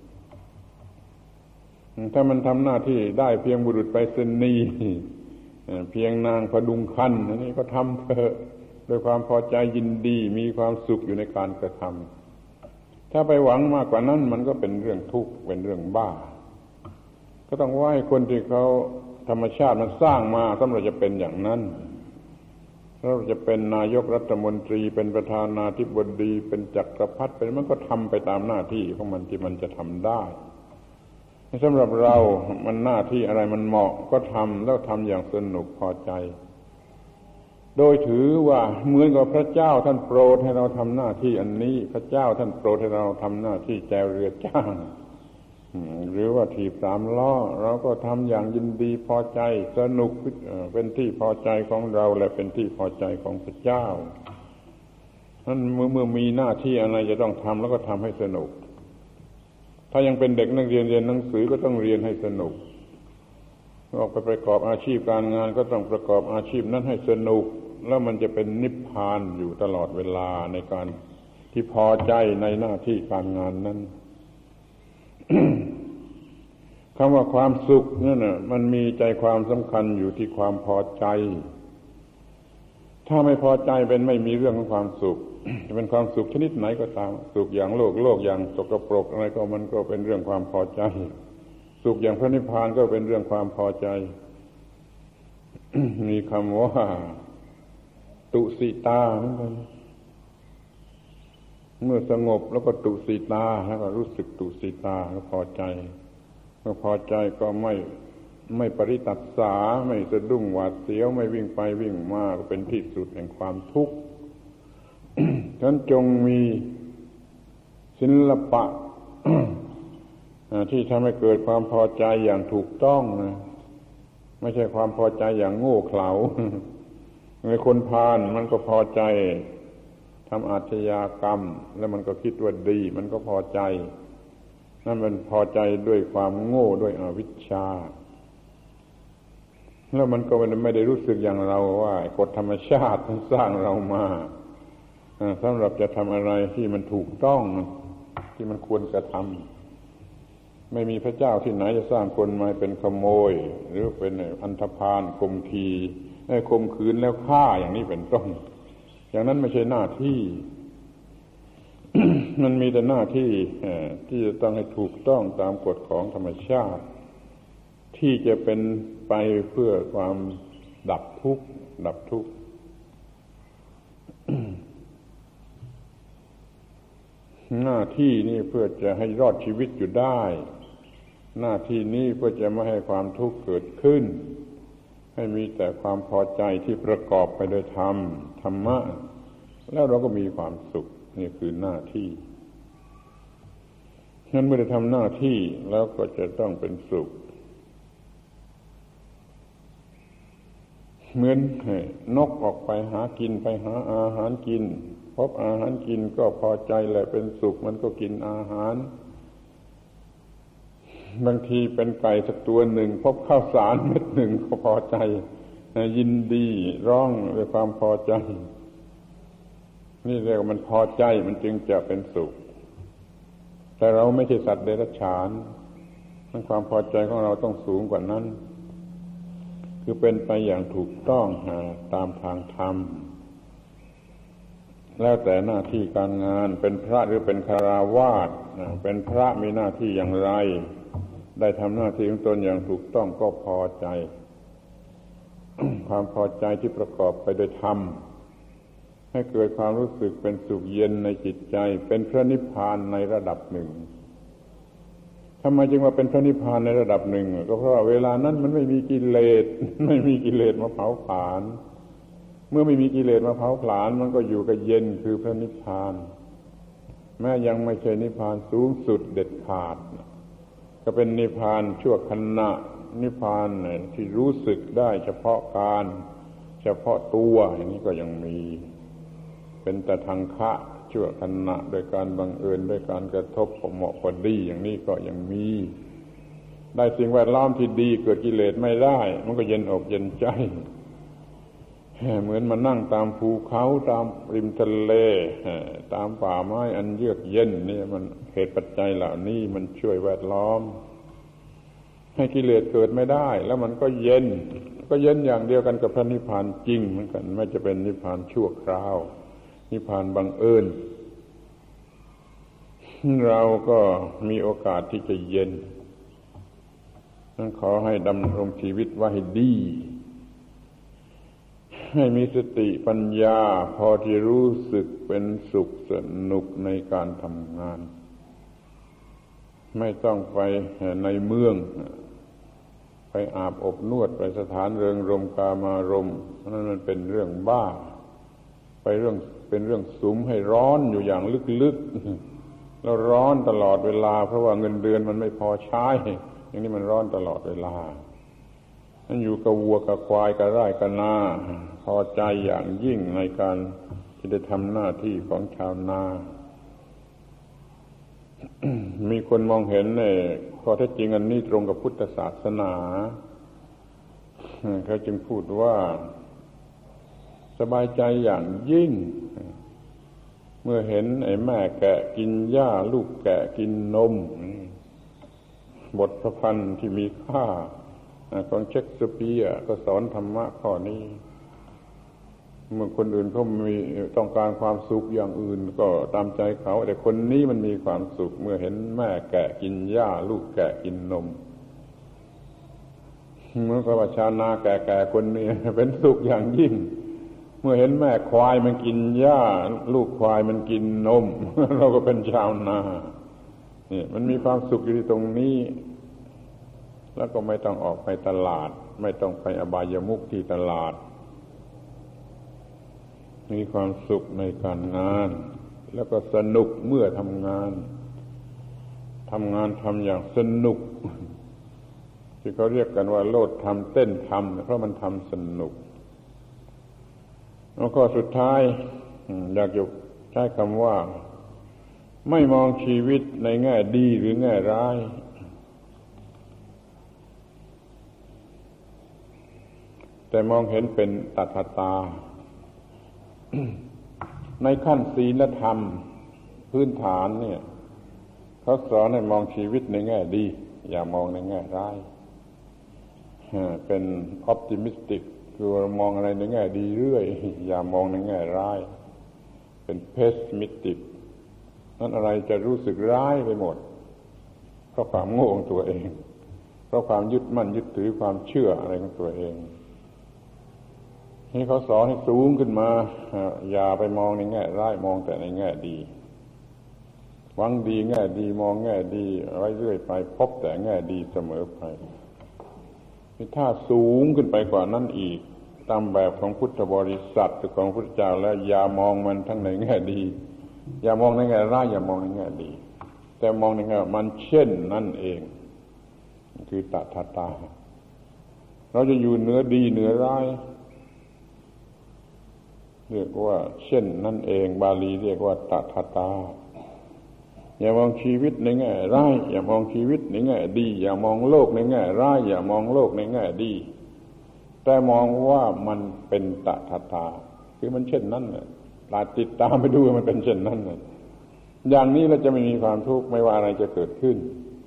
[SPEAKER 1] ถ้ามันทำหน้าที่ได้เพียงบุรุษไปรษณีย์เพียงนางพดุงคันอันนี้ก็ทำเถอะด้วยความพอใจยินดีมีความสุขอยู่ในการกระทำถ้าไปหวังมากกว่านั้นมันก็เป็นเรื่องทุกข์เป็นเรื่องบ้าก็ต้องว่าให้คนที่เขาธรรมชาติมันสร้างมาสำหรับจะเป็นอย่างนั้นเราจะเป็นนายกรัฐมนตรีเป็นประธานาธิบดีเป็นจักรพรรดิเป็นมันก็ทำไปตามหน้าที่ของมันที่มันจะทำได้สำหรับเรามันหน้าที่อะไรมันเหมาะก็ทำแล้วทำอย่างสนุกพอใจโดยถือว่าเหมือนกับพระเจ้าท่านโปรดให้เราทำหน้าที่อันนี้พระเจ้าท่านโปรดให้เราทำหน้าที่แจวเรือจ้างหรือว่าถีบสามล้อเราก็ทำอย่างยินดีพอใจสนุกเป็นที่พอใจของเราและเป็นที่พอใจของพระเจ้านั้นเมื่อมีหน้าที่อะไรจะต้องทำแล้วก็ทำให้สนุกถ้ายังเป็นเด็กนักเรียนเรียนหนังสือก็ต้องเรียนให้สนุกออกไปประกอบอาชีพการงานก็ต้องประกอบอาชีพนั้นให้สนุกแล้วมันจะเป็นนิพพานอยู่ตลอดเวลาในการที่พอใจในหน้าที่การงานนั้น คำว่าความสุขนั่นน่ะมันมีใจความสำคัญอยู่ที่ความพอใจถ้าไม่พอใจเป็นไม่มีเรื่องของความสุข จะเป็นความสุขชนิดไหนก็ตามสุขอย่างโลกอย่างสกปรกอะไรก็มันก็เป็นเรื่องความพอใจสุขอย่างพระนิพพานก็เป็นเรื่องความพอใจ มีคำว่าตุสิตาเหมือนกันเมื่อสงบแล้วก็ตุสิตาแล้วก็รู้สึกตุสิตาก็พอใจเมื่อพอใจก็ไม่ปริตัสสาไม่สะดุ้งหวาดเสียวไม่วิ่งไปวิ่งมาก็เป็นที่สุดแห่งความทุกข์ ฉะนั้นจงมีศิลปะ ที่ทำให้เกิดความพอใจอย่างถูกต้องนะไม่ใช่ความพอใจอย่างโง่เขลา ในคนพาลมันก็พอใจทำอาชญากรรมแล้วมันก็คิดว่าดีมันก็พอใจนั่นมันพอใจด้วยความโง่ด้วยอวิชชาแล้วมันก็ไม่ได้รู้สึกอย่างเราว่ากฎธรรมชาติมันสร้างเรามาสำหรับจะทำอะไรที่มันถูกต้องที่มันควรจะทำไม่มีพระเจ้าที่ไหนจะสร้างคนมาเป็นขโมยหรือเป็นอันธพาลข่มขีข่มขืนแล้วฆ่าอย่างนี้เป็นต้นอย่างนั้นไม่ใช่หน้าที่ มันมีแต่หน้าที่ที่จะต้องให้ถูกต้องตามกฎของธรรมชาติที่จะเป็นไปเพื่อความดับทุกข์หน้าที่นี่เพื่อจะให้รอดชีวิตอยู่ได้หน้าที่นี้เพื่อจะไม่ให้ความทุกข์เกิดขึ้นให้มีแต่ความพอใจที่ประกอบไปด้วยธรรมะแล้วเราก็มีความสุขนี่คือหน้าที่งั้นเมื่อได้ทำหน้าที่แล้วก็จะต้องเป็นสุขเหมือนนกออกไปหากินไปหาอาหารกินพบอาหารกินก็พอใจแหละเป็นสุขมันก็กินอาหารบางทีเป็นไก่สักตัวหนึ่งพบข้าวสารเม็ดหนึ่งก็พอใจยินดีร้องด้วยความพอใจนี่เรียกว่ามันพอใจมันจึงจะเป็นสุขแต่เราไม่ใช่สัตว์เดรัจฉานความพอใจของเราต้องสูงกว่านั้นคือเป็นไปอย่างถูกต้องตามทางธรรมแล้วแต่หน้าที่การงานเป็นพระหรือเป็นฆราวาสเป็นพระมีหน้าที่อย่างไรได้ทำหน้าที่ของตนอย่างถูกต้องก็พอใจ ความพอใจที่ประกอบไปด้วยธรรมให้เกิดความรู้สึกเป็นสุขเย็นในจิตใจเป็นพระนิพพานในระดับหนึ่งทำไมจึงว่าเป็นพระนิพพานในระดับหนึ่งก็เพราะว่าเวลานั้นมันไม่มีกิเลสมาเผาผลาญเมื่อไม่มีกิเลสมาเผาผลาญมันก็อยู่กับเย็นคือพระนิพพานแม้ยังไม่ใช่นิพพานสูงสุดเด็ดขาดก็เป็นนิพพานชั่วขณะนิพพานที่รู้สึกได้เฉพาะการเฉพาะตัวอย่างนี้ก็ยังมีเป็นแต่ทางคะชั่วขณะโดยการบังเอิญด้วยการกระทบพอเหมาะพอดีอย่างนี้ก็ยังมีได้สิ่งแวดล้อมที่ดีเกิดกิเลสไม่ได้มันก็เย็นอกเย็นใจเหมือนมานั่งตามภูเขาตามริมทะเลตามป่าไม้อันเยือกเย็นนี่มันเหตุปัจจัยเหล่านี้มันช่วยแวดล้อมให้กิเลสเกิดไม่ได้แล้วมันก็เย็นอย่างเดียวกันกับพระนิพพานจริงเหมือนกันไม่จะเป็นนิพพานชั่วคราวนิพพานบังเอิญเราก็มีโอกาสที่จะเย็นนั้นขอให้ดำรงชีวิตไว้ให้ดีให้มีสติปัญญาพอที่รู้สึกเป็นสุขสนุกในการทำงานไม่ต้องไปในเมืองไปอาบอบนวดไปสถานเริงรมย์กามารมณ์นั่นมันเป็นเรื่องบ้าเป็นเรื่องสุมให้ร้อนอยู่อย่างลึกๆแล้วร้อนตลอดเวลาเพราะว่าเงินเดือนมันไม่พอใช้อย่างนี้มันร้อนตลอดเวลานั่นอยู่กับวัวกับควายกับไร่กับนาพอใจอย่างยิ่งในการที่ได้ทำหน้าที่ของชาวนา มีคนมองเห็นข้อเท็จจริงอันนี้ตรงกับพุทธศาสนาเขาจึงพูดว่าสบายใจอย่างยิ่งเมื่อเห็นไอ้แม่แกะกินหญ้าลูกแกะกินนมบทพระพันธ์ที่มีค่าของเชคสเปียร์ก็สอนธรรมะข้อนี้เมื่อคนอื่นเขามีต้องการความสุขอย่างอื่นก็ตามใจเขาแต่คนนี้มันมีความสุขเมื่อเห็นแม่แกะกินหญ้าลูกแกะกินนมเมื่อกับชาวนาแก่ๆคนนี้เป็นสุขอย่างยิ่งเมื่อเห็นแม่ควายมันกินหญ้าลูกควายมันกินนมเราก็เป็นชาวนานี่มันมีความสุขอยู่ที่ตรงนี้แล้วก็ไม่ต้องออกไปตลาดไม่ต้องไปอบายมุขที่ตลาดมีความสุขในการงานแล้วก็สนุกเมื่อทำงานทำอย่างสนุกที่เขาเรียกกันว่าโลดทำเต้นทำเพราะมันทำสนุกแล้วก็สุดท้ายอยากจะใช้คำว่าไม่มองชีวิตในแง่ดีหรือแง่ร้ายแต่มองเห็นเป็นตถาตาในขั้นศีลธรรมพื้นฐานเนี่ยเขาสอนให้มองชีวิตในแง่ดีอย่ามองในแง่ร้ายเป็น optimistic คือมองอะไรในแง่ดีเรื่อยอย่ามองในแง่ร้ายเป็น pessimistic นั่นอะไรจะรู้สึกร้ายไปหมดเพราะความโง่ของตัวเองเพราะความยึดมั่นยึดถือความเชื่ออะไรของตัวเองนี่เขาสอนให้สูงขึ้นมาอย่าไปมองในแง่ร้ายมองแต่ในแง่ดีหวังดีแง่ดีมองแง่ดีไว้เรื่อยไปพบแต่แง่ดีเสมอไปถ้าสูงขึ้นไปกว่านั้นอีกตามแบบของพุทธบริษัทของพระพุทธเจ้าแล้วอย่ามองมันทั้งในแง่ดีอย่ามองในแง่ร้ายอย่ามองในแง่ดีแต่มองในแง่มันเช่นนั่นเองคือตถาตาเราจะอยู่เหนือดีเหนือร้ายเรียกว่าเช่นนั่นเองบาลีเรียกว่าตถาตาอย่ามองชีวิตในแง่ร้ายอย่ามองชีวิตในแง่ดีอย่ามองโลกในแง่ร้ายอย่ามองโลกในแง่ดีแต่มองว่ามันเป็นตถาตาคือมันเช่นนั้นน่ะติดตามไปดูมันเป็นเช่นนั้นน่ะอย่างนี้เราจะไม่มีความทุกข์ไม่ว่าอะไรจะเกิดขึ้น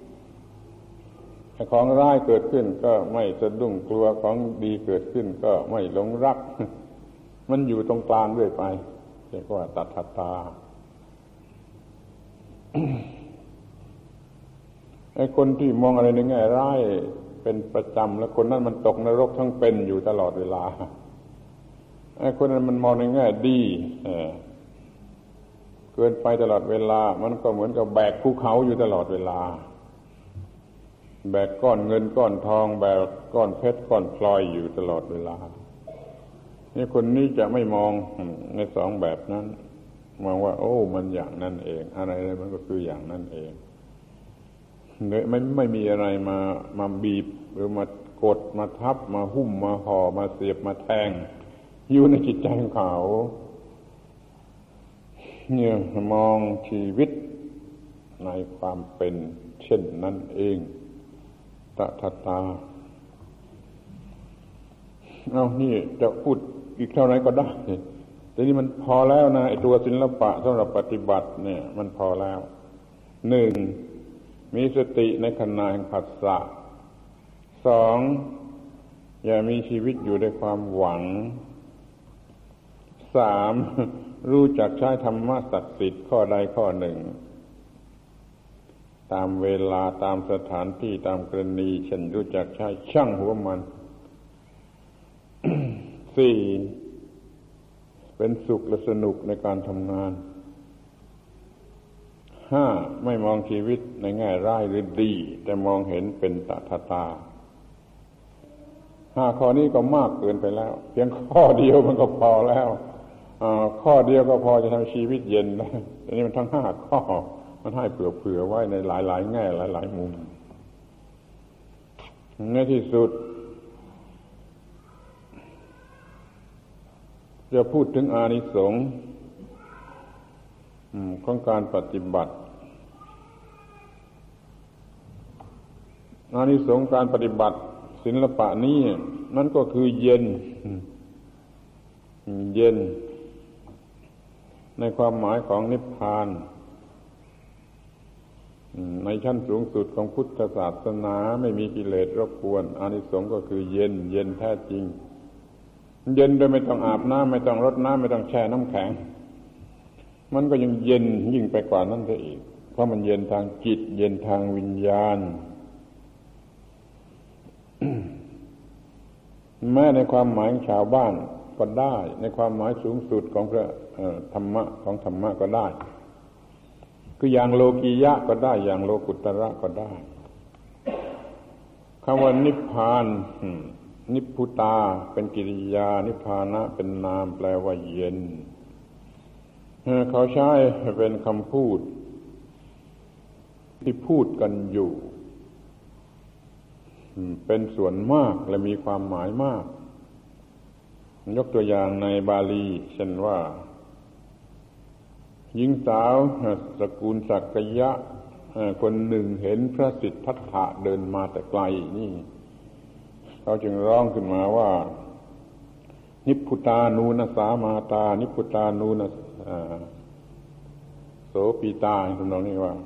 [SPEAKER 1] ของร้ายเกิดขึ้นก็ไม่สะดุ้งกลัวของดีเกิดขึ้นก็ไม่หลงรักมันอยู่ตรงกลางเรื่อยไปเรียกว่าตถาตาไอ้คนที่มองอะไรในแง่ร้ายเป็นประจำแล้วคนนั้นมันตกนรกทั้งเป็นอยู่ตลอดเวลาไอ้คนนั้นมันมองในแง่ดีเกินไปตลอดเวลามันก็เหมือนกับแบกภูเขาอยู่ตลอดเวลาแบกก้อนเงินก้อนทองแบกก้อนเพชรก้อนพลอยอยู่ตลอดเวลานี่คนนี้จะไม่มองในสองแบบนั้นมองว่าโอ้มันอย่างนั้นเองอะไรมันก็คืออย่างนั้นเองไม่มีอะไรมาบีบหรือมากดมาทับมาหุ้มมาห่อมาเสียบมาแทงอยู่ในจิตใจของเขาเนี่ยมองชีวิตในความเป็นเช่นนั้นเองตถาเอานี่จะพูดอีกเท่าไหร่ก็ได้แต่นี่มันพอแล้วนะไอ้ตัวศิลปะสำหรับปฏิบัติเนี่ยมันพอแล้วหนึ่งมีสติในขณะแห่งผัสสะสองอย่ามีชีวิตอยู่ด้วยความหวังสามรู้จักใช้ธรรมะศักดิ์สิทธิ์ข้อใดข้อหนึ่งตามเวลาตามสถานที่ตามกรณีเช่นรู้จักใช้ช่างหัวมัน สี่เป็นสุขและสนุกในการทำงานห้าไม่มองชีวิตในแง่ร้ายหรือดีแต่มองเห็นเป็นตถาห้าข้อนี้ก็มากเกินไปแล้วเพียงข้อเดียวมันก็พอแล้วข้อเดียวก็พอจะทำชีวิตเย็นได้อันนี้มันทั้งห้าข้อมันให้เผื่อไว้ในหลายๆแง่หลายๆมุมในที่สุดจะพูดถึงอานิสงส์ของการปฏิบัติอานิสงส์การปฏิบัติศิลปะนี้นั่นก็คือเย็นในความหมายของนิพพานในชั้นสูงสุดของพุทธศาสนาไม่มีกิเลสรบกวนอานิสงส์ก็คือเย็นแท้จริงเย็นโดยไม่ต้องอาบน้ำไม่ต้องรดน้ำไม่ต้องแช่น้ำแข็งมันก็ยังเย็นยิ่งไปกว่านั้นซะอีกเพราะมันเย็นทางจิตเย็นทางวิญญาณ แม้ในความหมายของชาวบ้านก็ได้ในความหมายสูงสุดของพระธรรมะของธรรมะก็ได้คืออย่างโลกียะก็ได้อย่างโลกุตระก็ได้คำว่านิพพานนิพพุตาเป็นกิริยานิพพานะเป็นนามแปลว่าเย็นเขาใช้เป็นคำพูดที่พูดกันอยู่เป็นส่วนมากและมีความหมายมากยกตัวอย่างในบาลีเช่นว่าหญิงสาวสกุลสักยะคนหนึ่งเห็นพระสิทธัตถะเดินมาแต่ไกลนี่เขาจึงร้องขึ้นมาว่านิพพุตานูนสามาตานิพพุตานูนโสปิตาทำนองนี้ว่า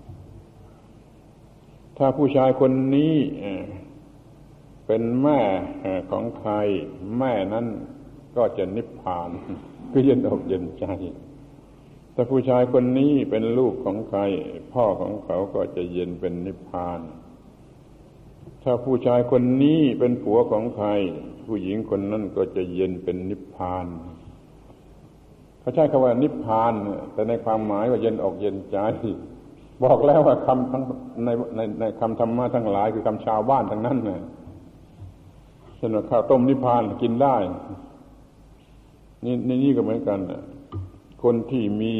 [SPEAKER 1] ถ้าผู้ชายคนนี้เป็นแม่ของใครแม่นั้นก็จะนิพพานคือเย็นอกเย็นใจถ้าผู้ชายคนนี้เป็นลูกของใครพ่อของเขาก็จะเย็นเป็นนิพพานถ้าผู้ชายคนนี้เป็นผัวของใครผู้หญิงคนนั้นก็จะเย็นเป็นนิพพานเขาใช้คำว่านิพพานแต่ในความหมายว่าเย็นอกเย็นใจบอกแล้วว่าคำทั้งในคำธรรมะทั้งหลายคือคำชาวบ้านทั้งนั้นน่ะเช่นว่าข้าวต้มนิพพานกินได้นี่ก็เหมือนกันคนที่มี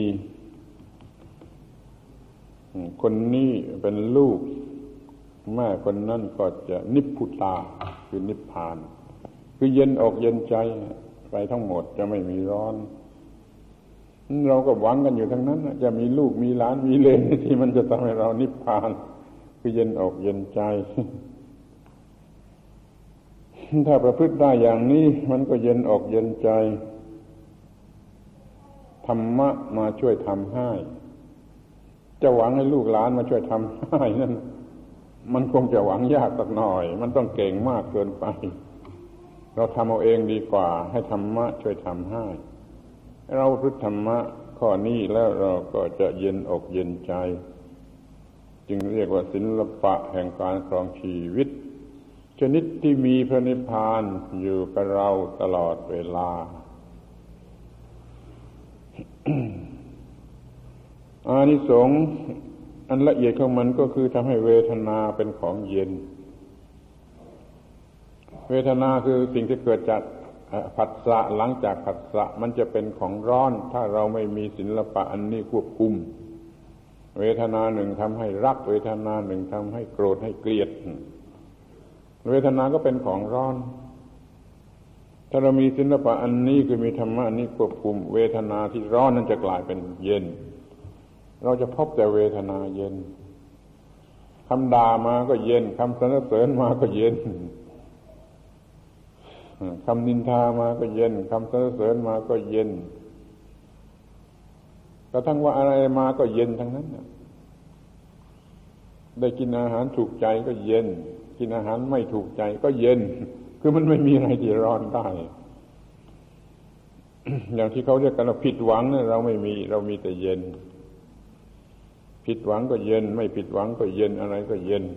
[SPEAKER 1] คนนี้เป็นลูกแม่คนนั้นก็จะนิพพุตาคือนิพพานคือเย็นอกเย็นใจไปทั้งหมดจะไม่มีร้อนเราก็หวังกันอยู่ทั้งนั้นจะมีลูกมีหลานมีเลนที่มันจะทำให้เรานิพพานคือเย็นอกเย็นใจถ้าประพฤติได้อย่างนี้มันก็เย็นอกเย็นใจธรรมะมาช่วยทำให้จะหวังให้ลูกหลานมาช่วยทำให้นั่นมันคงจะหวังยากสักหน่อยมันต้องเก่งมากเกินไปเราทำเอาเองดีกว่าให้ธรรมะช่วยทำให้เราประพฤติธรรมะข้อนี้แล้วเราก็จะเย็นอกเย็นใจจึงเรียกว่าศิลปะแห่งการครองชีวิตชนิดที่มีพระนิพพานอยู่กับเราตลอดเวลา อานิสงส์อันละเอียดของมันก็คือทำให้เวทนาเป็นของเย็นเวทนาคือสิ่งที่เกิดจากผัสสะหลังจากผัสสะมันจะเป็นของร้อนถ้าเราไม่มีศิลปะอันนี้ควบคุมเวทนาหนึ่งทำให้รักเวทนาหนึ่งทำให้โกรธให้เกลียดเวทนาก็เป็นของร้อนถ้าเรามีศิลปะอันนี้คือมีธรรมะอันนี้ควบคุมเวทนาที่ร้อนนั้นจะกลายเป็นเย็นเราจะพบแต่เวทนาเย็นคำด่ามาก็เย็นคำสรรเสริญมาก็เย็นคำนินทามาก็เย็นคำสรรเสริญมาก็เย็นกระทั่งว่าอะไรมาก็เย็นทั้งนั้นได้กินอาหารถูกใจก็เย็นกินอาหารไม่ถูกใจก็เย็นคือมันไม่มีอะไรที่ร้อนได้ อย่างที่เขาเรียกกันว่าผิดหวังเนี่ยเราไม่มีเรามีแต่เย็นผิดหวังก็เย็นไม่ผิดหวังก็เย็นอะไรก็เย็น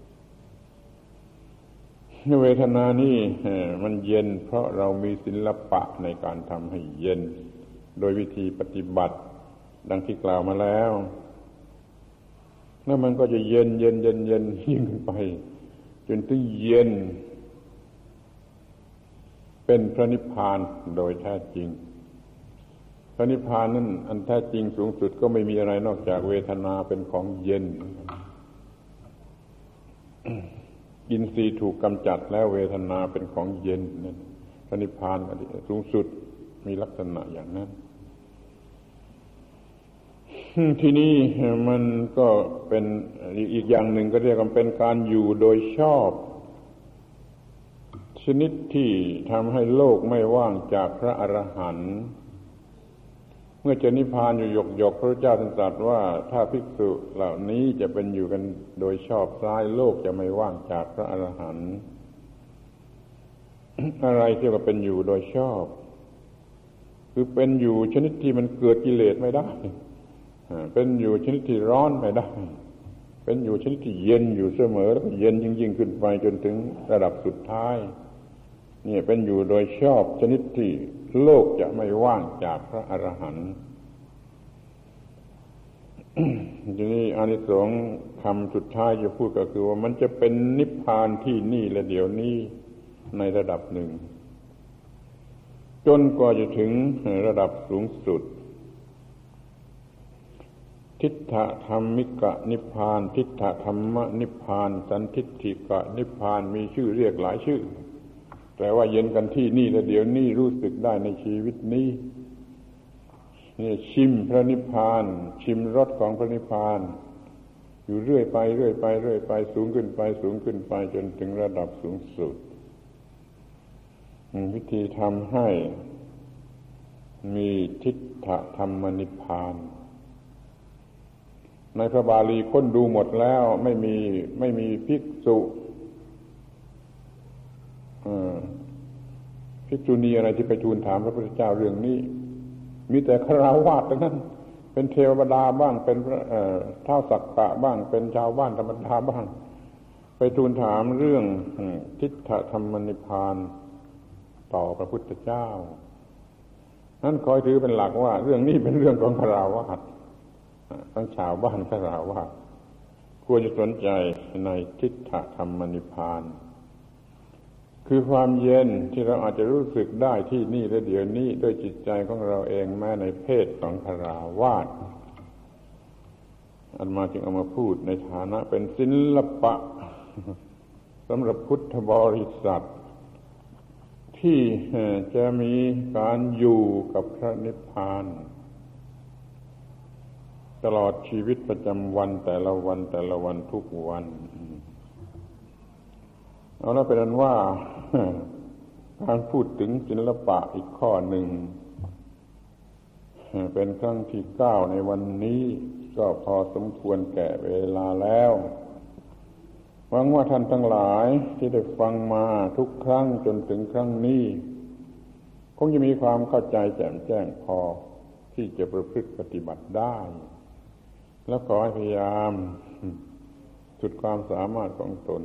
[SPEAKER 1] เวทนานี่มันเย็นเพราะเรามีศิลปะในการทำให้เย็นโดยวิธีปฏิบัติดังที่กล่าวมาแล้วแล้วมันก็จะเย็นเย็นเย็นเย็นยิ่งขึ้นไปจนถึงเย็นเป็นพระนิพพานโดยแท้จริงพระนิพพานนั้นอันแท้จริงสูงสุดก็ไม่มีอะไรนอกจากเวทนาเป็นของเย็นอินทรีย์ถูกกำจัดแล้วเวทนาเป็นของเย็นนั่นพระนิพพานสูงสุดมีลักษณะอย่างนั้นที่นี่มันก็เป็นอีกอย่างหนึ่งก็เรียกว่าเป็นการอยู่โดยชอบชนิดที่ทำให้โลกไม่ว่างจากพระอรหันต์เมื่อจะนิพพานอยู่หยกๆพระเจ้าตรัสว่าถ้าภิกษุเหล่านี้จะเป็นอยู่กันโดยชอบซ้ายโลกจะไม่ว่างจากพระอรหันต์ อะไรที่ว่าเป็นอยู่โดยชอบคือเป็นอยู่ชนิดที่มันเกิดกิเลสไม่ได้เป็นอยู่ชนิดที่ร้อนไม่ได้เป็นอยู่ชนิดที่เย็นอยู่เสมอแล้วก็เย็นยิ่งขึ้นไปจนถึงระดับสุดท้ายนี่เป็นอยู่โดยชอบชนิดที่โลกจะไม่ว่างจากพระอรหันต์ ทีนี้อานิสงส์คำสุดท้ายจะพูดก็คือว่ามันจะเป็นนิพพานที่นี่และเดี๋ยวนี้ในระดับหนึ่งจนกว่าจะถึงระดับสูงสุดทิฏฐธรรมิกะนิพพานทิฏฐธรรมนิพพานสันทิฏฐิกะนิพพานมีชื่อเรียกหลายชื่อแต่ว่าเย็นกันที่นี่และเดี๋ยวนี้รู้สึกได้ในชีวิตนี้นี่ชิมพระนิพพานชิมรสของพระนิพพานอยู่เรื่อยไปเรื่อยไปเรื่อยไปสูงขึ้นไปสูงขึ้นไปจนถึงระดับสูงสุดวิธีทำให้มีทิฏฐธรรมนิพพานในพระบาลีค้นดูหมดแล้วไม่มีภิกษุภิกษุณีอะไรที่ไปทูลถามพระพุทธเจ้าเรื่องนี้มีแต่ฆราวาสทั้งนั้นเป็นเทวดาบ้างเป็นท้าวสักกะบ้างเป็นชาวบ้านธรรมดาบ้างไปทูลถามเรื่องทิฏฐธรรมนิพพานต่อพระพุทธเจ้านั้นคอยถือเป็นหลักว่าเรื่องนี้เป็นเรื่องของฆราวาสทั้งชาวบ้านฆราวาสควรจะสนใจในทิฏฐธรรมนิพพานคือความเย็นที่เราอาจจะรู้สึกได้ที่นี่และเดี๋ยวนี้ด้วยจิตใจของเราเองแม้ในเพศของฆราวาสอาตมาจึงเอามาพูดในฐานะเป็นศิลปะสำหรับพุทธบริษัทที่จะมีการอยู่กับพระนิพพานตลอดชีวิตประจำวันแต่ละวันแต่ละวันทุกวันเอาแล้วเป็นนั้นว่าการพูดถึงศิลปะอีกข้อหนึ่งเป็นครั้งที่9ในวันนี้ก็พอสมควรแก่เวลาแล้วหวังว่าท่านทั้งหลายที่ได้ฟังมาทุกครั้งจนถึงครั้งนี้คงจะมีความเข้าใจแจ่มแจ้งพอที่จะประพฤติปฏิบัติได้แล้วขอให้พยายามสุดความสามารถของตน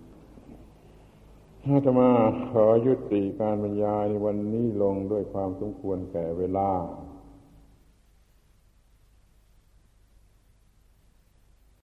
[SPEAKER 1] อาตมาขอยุติการบรรยายในวันนี้ลงด้วยความสมควรแก่เวลา